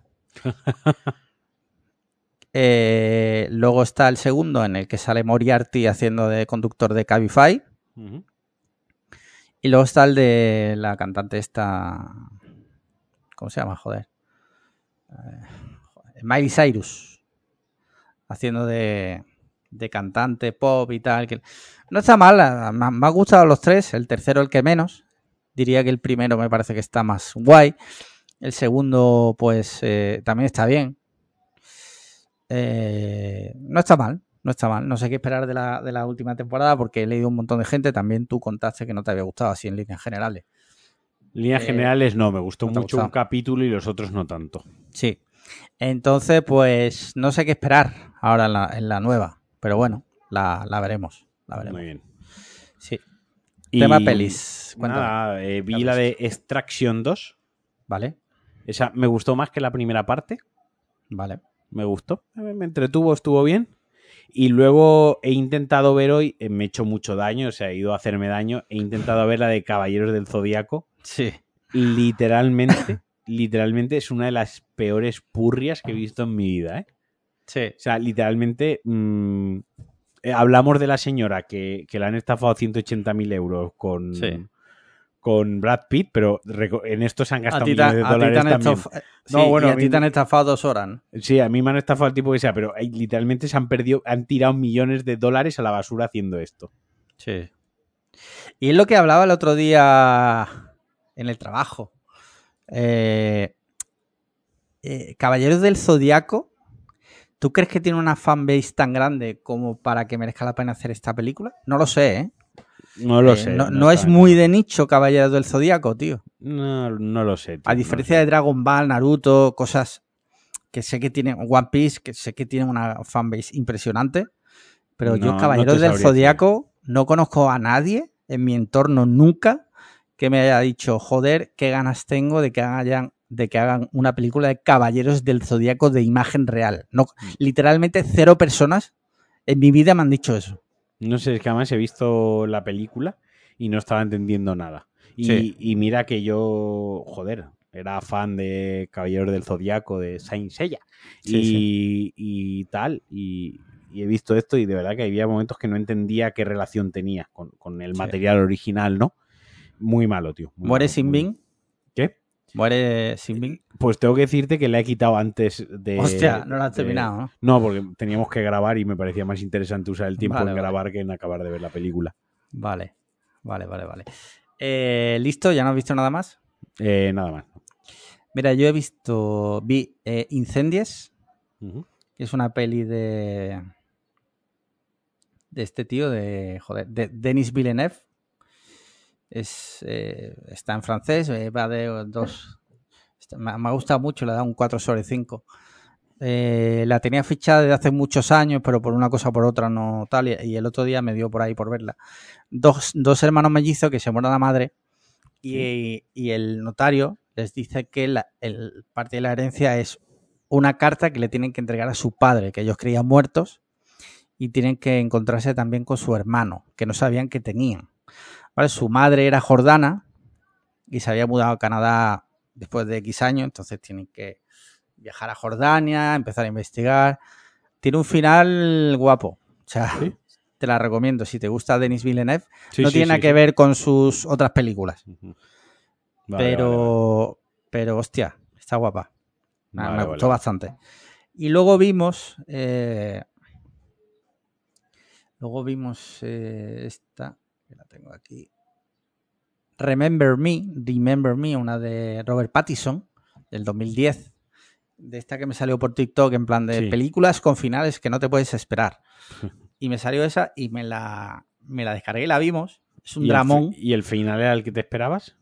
Luego está el segundo, en el que sale Moriarty haciendo de conductor de Cabify. Uh-huh. Y luego está el de la cantante esta... ¿Cómo se llama? Joder. Miley Cyrus. Haciendo de cantante pop y tal. Que no está mal. Me ha gustado los 3. El tercero el que menos. Diría que el primero me parece que está más guay. El segundo pues también está bien. No está mal. No sé qué esperar de la última temporada, porque he leído un montón de gente. También tú contaste que no te había gustado así en líneas generales. Líneas generales no, me gustó mucho un capítulo y los otros no tanto. Sí. Entonces, pues no sé qué esperar ahora en la nueva. Pero bueno, la veremos. Muy bien. Sí. Tema pelis. Nada, vi la de Extraction 2. Vale. Esa me gustó más que la primera parte. Vale. Me gustó. Me entretuvo, estuvo bien. Y luego he intentado ver hoy, me he hecho mucho daño, o sea, he ido a hacerme daño. He intentado ver la de Caballeros del Zodíaco. Sí. Literalmente es una de las peores purrias que he visto en mi vida, ¿eh? Sí. O sea, literalmente hablamos de la señora que la han estafado 180.000 euros con Brad Pitt, pero en esto se han gastado millones de dólares también. Y a ti te han estafado 2 horas, ¿no? Sí, a mí me han estafado el tipo que sea, pero literalmente han tirado millones de dólares a la basura haciendo esto. Sí. Y es lo que hablaba el otro día en el trabajo. Caballeros del Zodíaco, ¿tú crees que tiene una fanbase tan grande como para que merezca la pena hacer esta película? No lo sé, ¿eh? No lo sé. No es muy de nicho Caballeros del Zodíaco, tío. No lo sé, tío. A diferencia de Dragon Ball, Naruto, cosas que sé que tienen, One Piece, que sé que tienen una fanbase impresionante, pero yo Caballeros del Zodíaco no conozco a nadie en mi entorno nunca que me haya dicho, joder, qué ganas tengo de que hagan una película de Caballeros del Zodíaco de imagen real. No, literalmente 0 personas en mi vida me han dicho eso. No sé, es que además he visto la película y no estaba entendiendo nada. Y mira que yo, joder, era fan de Caballeros del Zodíaco, de Saint Seiya y tal. Y he visto esto y de verdad que había momentos que no entendía qué relación tenía con el material original, ¿no? Muy malo, tío. ¿Muere Sin Bing? ¿Qué? ¿Muere Sin Bing? Pues tengo que decirte que la he quitado antes de... Hostia, no la has terminado, ¿no? No, porque teníamos que grabar y me parecía más interesante usar el tiempo en grabar que en acabar de ver la película. Vale. ¿Listo? ¿Ya no has visto nada más? Nada más. Mira, yo vi Incendies, que es una peli de este tío, de Denis Villeneuve. Está en francés, va de 2. Me ha gustado mucho, le da un 4/5. La tenía fichada desde hace muchos años, pero por una cosa o por otra no tal. Y el otro día me dio por ahí por verla. Dos hermanos mellizos que se mueren la madre y el notario les dice que parte de la herencia es una carta que le tienen que entregar a su padre, que ellos creían muertos, y tienen que encontrarse también con su hermano, que no sabían que tenían. ¿Vale? Su madre era jordana y se había mudado a Canadá después de X años, entonces tienen que viajar a Jordania, empezar a investigar. Tiene un final guapo, o sea, ¿Sí? te la recomiendo. Si te gusta Denis Villeneuve, Sí, no sí, tiene nada sí, que sí. ver con sus otras películas, Vale, vale. pero hostia, está guapa. Me Vale, gustó vale. bastante. Y luego vimos esta, que la tengo aquí. Remember Me, una de Robert Pattinson, del 2010. De esta que me salió por TikTok en plan de Sí. películas con finales que no te puedes esperar. Y me salió esa y me la descargué y la vimos. Es un dramón. ¿Y el final era el que te esperabas?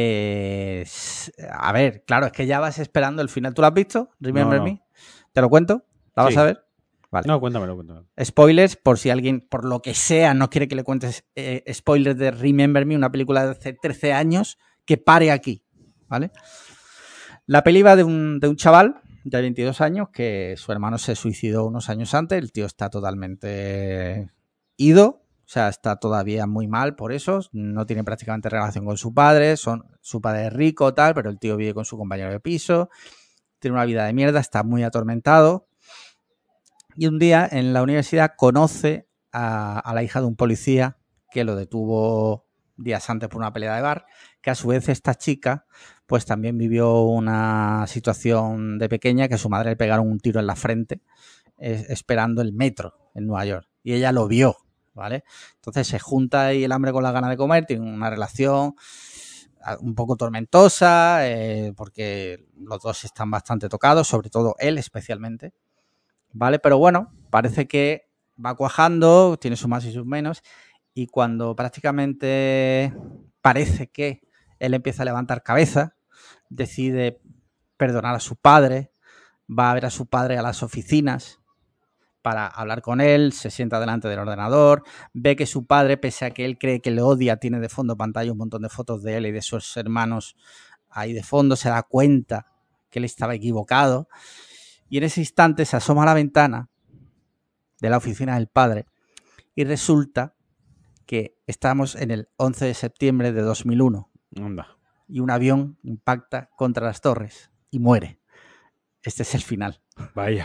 A ver, claro, es que ya vas esperando el final. ¿Tú lo has visto? No, Remember no. Me. ¿Te lo cuento? ¿La vas a Sí. ver? Vale. No, cuéntamelo. Spoilers, por si alguien, por lo que sea, no quiere que le cuentes spoilers de Remember Me, una película de hace 13 años, que pare aquí, ¿vale? La peli va de un chaval de 22 años que su hermano se suicidó unos años antes, el tío está totalmente ido, o sea, está todavía muy mal por eso, no tiene prácticamente relación con su padre, su padre es rico, tal, pero el tío vive con su compañero de piso, tiene una vida de mierda, está muy atormentado. Y un día en la universidad conoce a la hija de un policía que lo detuvo días antes por una pelea de bar, que a su vez esta chica pues también vivió una situación de pequeña que a su madre le pegaron un tiro en la frente esperando el metro en Nueva York. Y ella lo vio, ¿vale? Entonces se junta ahí el hambre con la gana de comer, tienen una relación un poco tormentosa, porque los dos están bastante tocados, sobre todo él especialmente. ¿Vale? Pero bueno, parece que va cuajando, tiene sus más y sus menos, y cuando prácticamente parece que él empieza a levantar cabeza, decide perdonar a su padre, va a ver a su padre a las oficinas para hablar con él, se sienta delante del ordenador, ve que su padre, pese a que él cree que le odia, tiene de fondo pantalla un montón de fotos de él y de sus hermanos ahí de fondo, se da cuenta que él estaba equivocado, y en ese instante se asoma a la ventana de la oficina del padre y resulta que estamos en el 11 de septiembre de 2001 Anda. y un avión impacta contra las torres y muere. Este es el final. Vaya.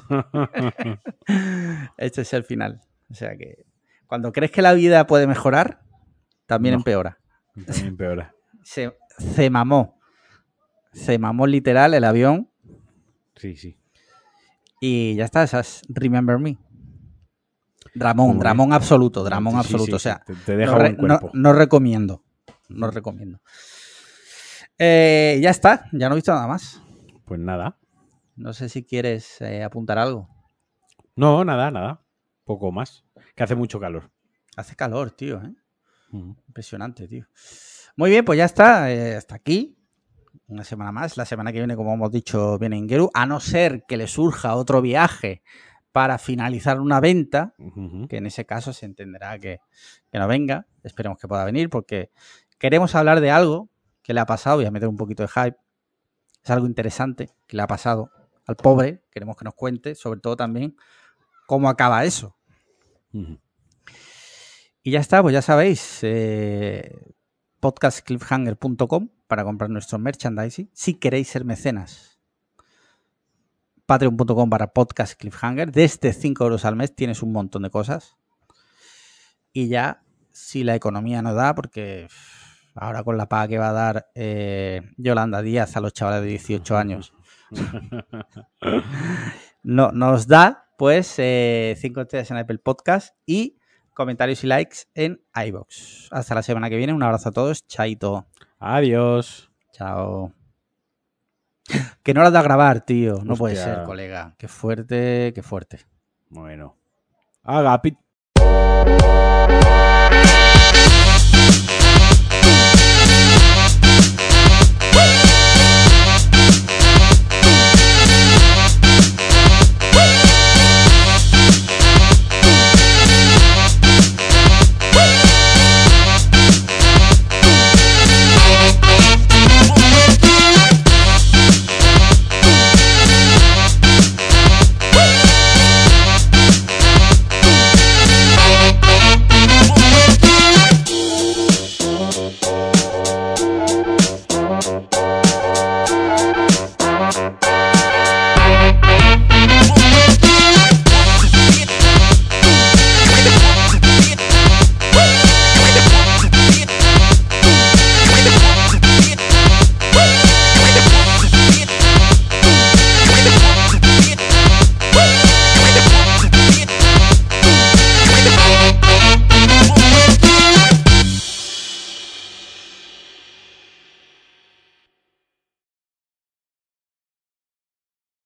Este es el final. O sea que cuando crees que la vida puede mejorar, también No, empeora. también empeora. Se mamó. Se mamó literal el avión. Sí. Y ya está, esa es Remember Me. Dramón, Muy Dramón bien. absoluto, No, Dramón sí, absoluto. sí, O sea, te deja buen cuerpo. no recomiendo. No recomiendo. Ya está, ya no he visto nada más. Pues nada. No sé si quieres apuntar algo. No, nada. Poco más. Que hace mucho calor. Hace calor, tío, ¿eh? Impresionante, tío. Muy bien, pues ya está. Hasta aquí. Una semana más. La semana que viene, como hemos dicho, viene Ingeru. A no ser que le surja otro viaje para finalizar una venta, que en ese caso se entenderá que no venga. Esperemos que pueda venir porque queremos hablar de algo que le ha pasado. Voy a meter un poquito de hype. Es algo interesante que le ha pasado al pobre. Queremos que nos cuente, sobre todo también, cómo acaba eso. Y ya está, pues ya sabéis, podcastcliffhanger.com para comprar nuestro merchandising. Si queréis ser mecenas, patreon.com/podcastcliffhanger. Desde 5 euros al mes tienes un montón de cosas. Y ya, si la economía no da, porque ahora con la paga que va a dar Yolanda Díaz a los chavales de 18 años, no nos da, pues 5 estrellas en Apple Podcast y comentarios y likes en iVoox. Hasta la semana que viene. Un abrazo a todos. Chaito. Adiós. Chao. Que no las da a grabar, tío. No puede Hostia. ser, colega. Qué fuerte, qué fuerte. Bueno. Agapit.